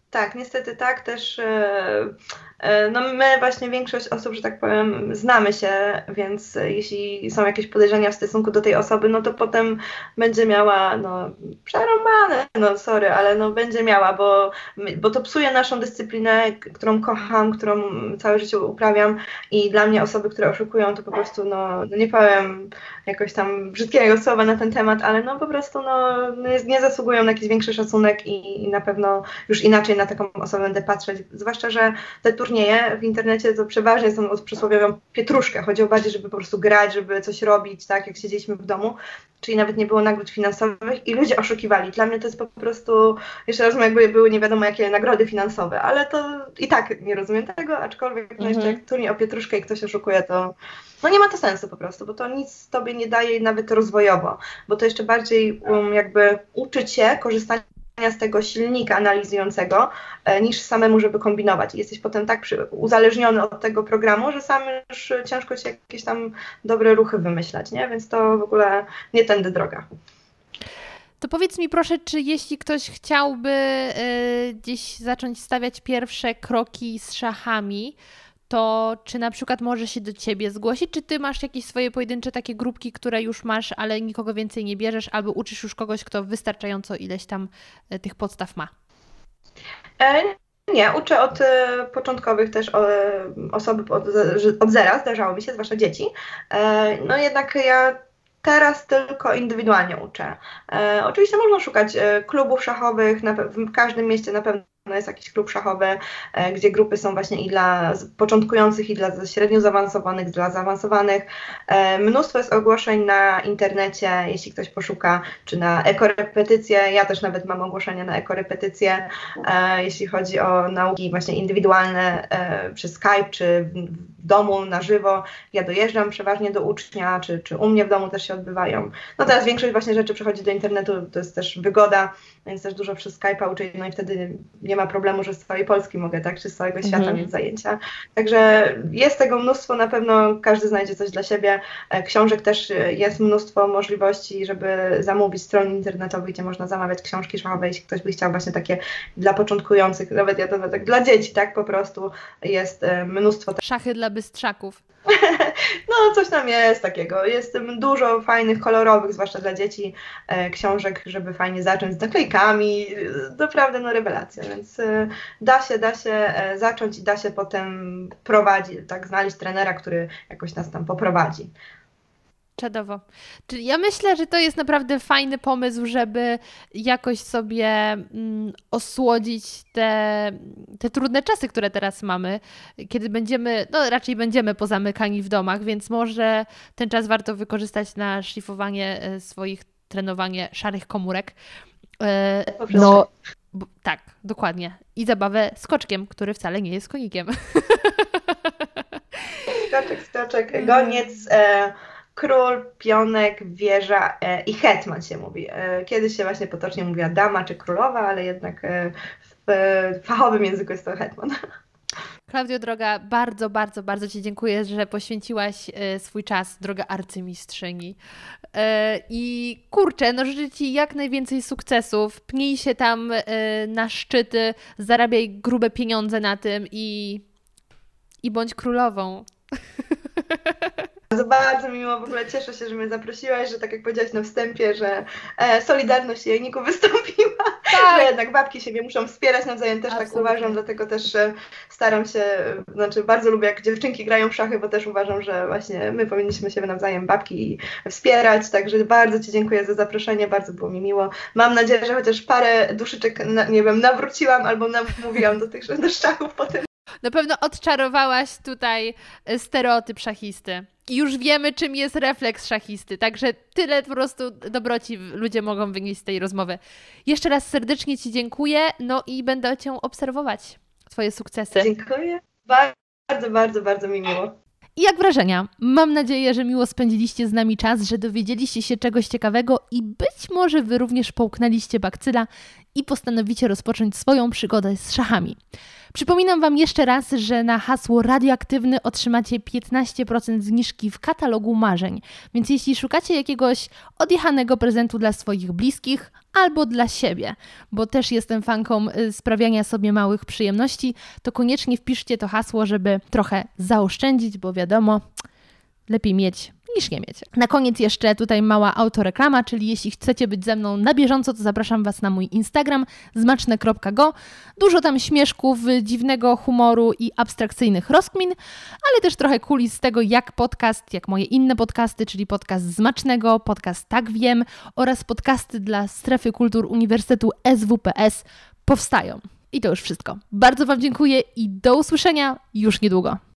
Tak, niestety tak też. No my właśnie większość osób, że tak powiem, znamy się, więc jeśli są jakieś podejrzenia w stosunku do tej osoby, no to potem będzie miała, no przerąbane, no sorry, ale no będzie miała, bo to psuje naszą dyscyplinę, którą kocham, którą całe życie uprawiam i dla mnie osoby, które oszukują, to po prostu, no nie powiem jakoś tam brzydkiego słowa na ten temat, ale no po prostu nie zasługują na jakiś większy szacunek i na pewno już inaczej na taką osobę będę patrzeć, zwłaszcza, że te turnieje w internecie to przeważnie są od przysłowiową pietruszkę. Chodziło bardziej, żeby po prostu grać, żeby coś robić, tak jak siedzieliśmy w domu, czyli nawet nie było nagród finansowych i ludzie oszukiwali. Dla mnie to jest po prostu, jeszcze raz jakby były nie wiadomo jakie nagrody finansowe, ale to i tak nie rozumiem tego, aczkolwiek jeszcze jak turniej o pietruszkę i ktoś oszukuje, to no nie ma to sensu po prostu, bo to nic tobie nie daje nawet rozwojowo, bo to jeszcze bardziej jakby uczy cię korzystania z tego silnika analizującego, niż samemu, żeby kombinować. I jesteś potem tak uzależniony od tego programu, że sam już ciężko ci jakieś tam dobre ruchy wymyślać, nie? Więc to w ogóle nie tędy droga. To powiedz mi proszę, czy jeśli ktoś chciałby gdzieś zacząć stawiać pierwsze kroki z szachami, to czy na przykład może się do ciebie zgłosić, czy ty masz jakieś swoje pojedyncze takie grupki, które już masz, ale nikogo więcej nie bierzesz, albo uczysz już kogoś, kto wystarczająco ileś tam tych podstaw ma? Nie, uczę od początkowych też osoby od zera, zdarzało mi się, zwłaszcza dzieci. No jednak ja teraz tylko indywidualnie uczę. Oczywiście można szukać klubów szachowych, w każdym mieście na pewno jest jakiś klub szachowy, gdzie grupy są właśnie i dla początkujących, i dla średnio zaawansowanych, dla zaawansowanych. Mnóstwo jest ogłoszeń na internecie, jeśli ktoś poszuka, czy na ekorepetycje. Ja też nawet mam ogłoszenia na ekorepetycje, jeśli chodzi o nauki właśnie indywidualne przez Skype, czy w domu na żywo. Ja dojeżdżam przeważnie do ucznia, czy u mnie w domu też się odbywają. No teraz większość właśnie rzeczy przechodzi do internetu, to jest też wygoda, więc też dużo przez Skype'a uczę, no i wtedy nie ma problemu, że z całej Polski mogę, tak, czy z całego świata mieć zajęcia. Także jest tego mnóstwo, na pewno każdy znajdzie coś dla siebie. Książek też jest mnóstwo możliwości, żeby zamówić strony internetowe, gdzie można zamawiać książki szachowe, jeśli ktoś by chciał właśnie takie dla początkujących, nawet ja to tak dla dzieci, tak, po prostu jest mnóstwo. Szachy dla bystrzaków. No, coś tam jest takiego. Jest dużo fajnych, kolorowych, zwłaszcza dla dzieci, książek, żeby fajnie zacząć z naklejkami. Naprawdę, no rewelacja, więc da się zacząć i da się potem prowadzić, tak, znaleźć trenera, który jakoś nas tam poprowadzi. Czadowo. Czyli ja myślę, że to jest naprawdę fajny pomysł, żeby jakoś sobie osłodzić te trudne czasy, które teraz mamy, kiedy będziemy, no raczej będziemy pozamykani w domach, więc może ten czas warto wykorzystać na szlifowanie swoich, trenowanie szarych komórek. Tak, dokładnie. I zabawę z koczkiem, który wcale nie jest konikiem. Skoczek, goniec, król, pionek, wieża i hetman się mówi. Kiedyś się właśnie potocznie mówiła dama czy królowa, ale jednak w fachowym języku jest to hetman. Klaudio, droga, bardzo, bardzo, bardzo Ci dziękuję, że poświęciłaś swój czas, droga arcymistrzyni. I kurczę, no życzę Ci jak najwięcej sukcesów, pnij się tam na szczyty, zarabiaj grube pieniądze na tym i bądź królową. Bardzo miło, w ogóle cieszę się, że mnie zaprosiłaś, że tak jak powiedziałaś na wstępie, że Solidarność Jejniku wystąpiła, że jednak babki siebie muszą wspierać nawzajem, też absolutnie. Tak uważam, dlatego też staram się, znaczy bardzo lubię jak dziewczynki grają w szachy, bo też uważam, że właśnie my powinniśmy się nawzajem babki wspierać, także bardzo Ci dziękuję za zaproszenie, bardzo było mi miło. Mam nadzieję, że chociaż parę duszyczek, nie wiem, nawróciłam albo namówiłam do szachów potem. Na pewno odczarowałaś tutaj stereotyp szachisty. I już wiemy, czym jest refleks szachisty. Także tyle po prostu dobroci ludzie mogą wynieść z tej rozmowy. Jeszcze raz serdecznie Ci dziękuję, no i będę Cię obserwować, Twoje sukcesy. Dziękuję. Bardzo, bardzo, bardzo mi miło. I jak wrażenia? Mam nadzieję, że miło spędziliście z nami czas, że dowiedzieliście się czegoś ciekawego i być może Wy również połknęliście bakcyla i postanowicie rozpocząć swoją przygodę z szachami. Przypominam Wam jeszcze raz, że na hasło radioaktywny otrzymacie 15% zniżki w katalogu marzeń, więc jeśli szukacie jakiegoś odjechanego prezentu dla swoich bliskich albo dla siebie, bo też jestem fanką sprawiania sobie małych przyjemności, to koniecznie wpiszcie to hasło, żeby trochę zaoszczędzić, bo wiadomo, lepiej mieć niż nie mieć. Na koniec jeszcze tutaj mała autoreklama, czyli jeśli chcecie być ze mną na bieżąco, to zapraszam Was na mój Instagram zmaczne.go. Dużo tam śmieszków, dziwnego humoru i abstrakcyjnych rozkmin, ale też trochę kulis z tego, jak podcast, jak moje inne podcasty, czyli podcast Smacznego, podcast Tak Wiem oraz podcasty dla Strefy Kultur Uniwersytetu SWPS powstają. I to już wszystko. Bardzo Wam dziękuję i do usłyszenia już niedługo.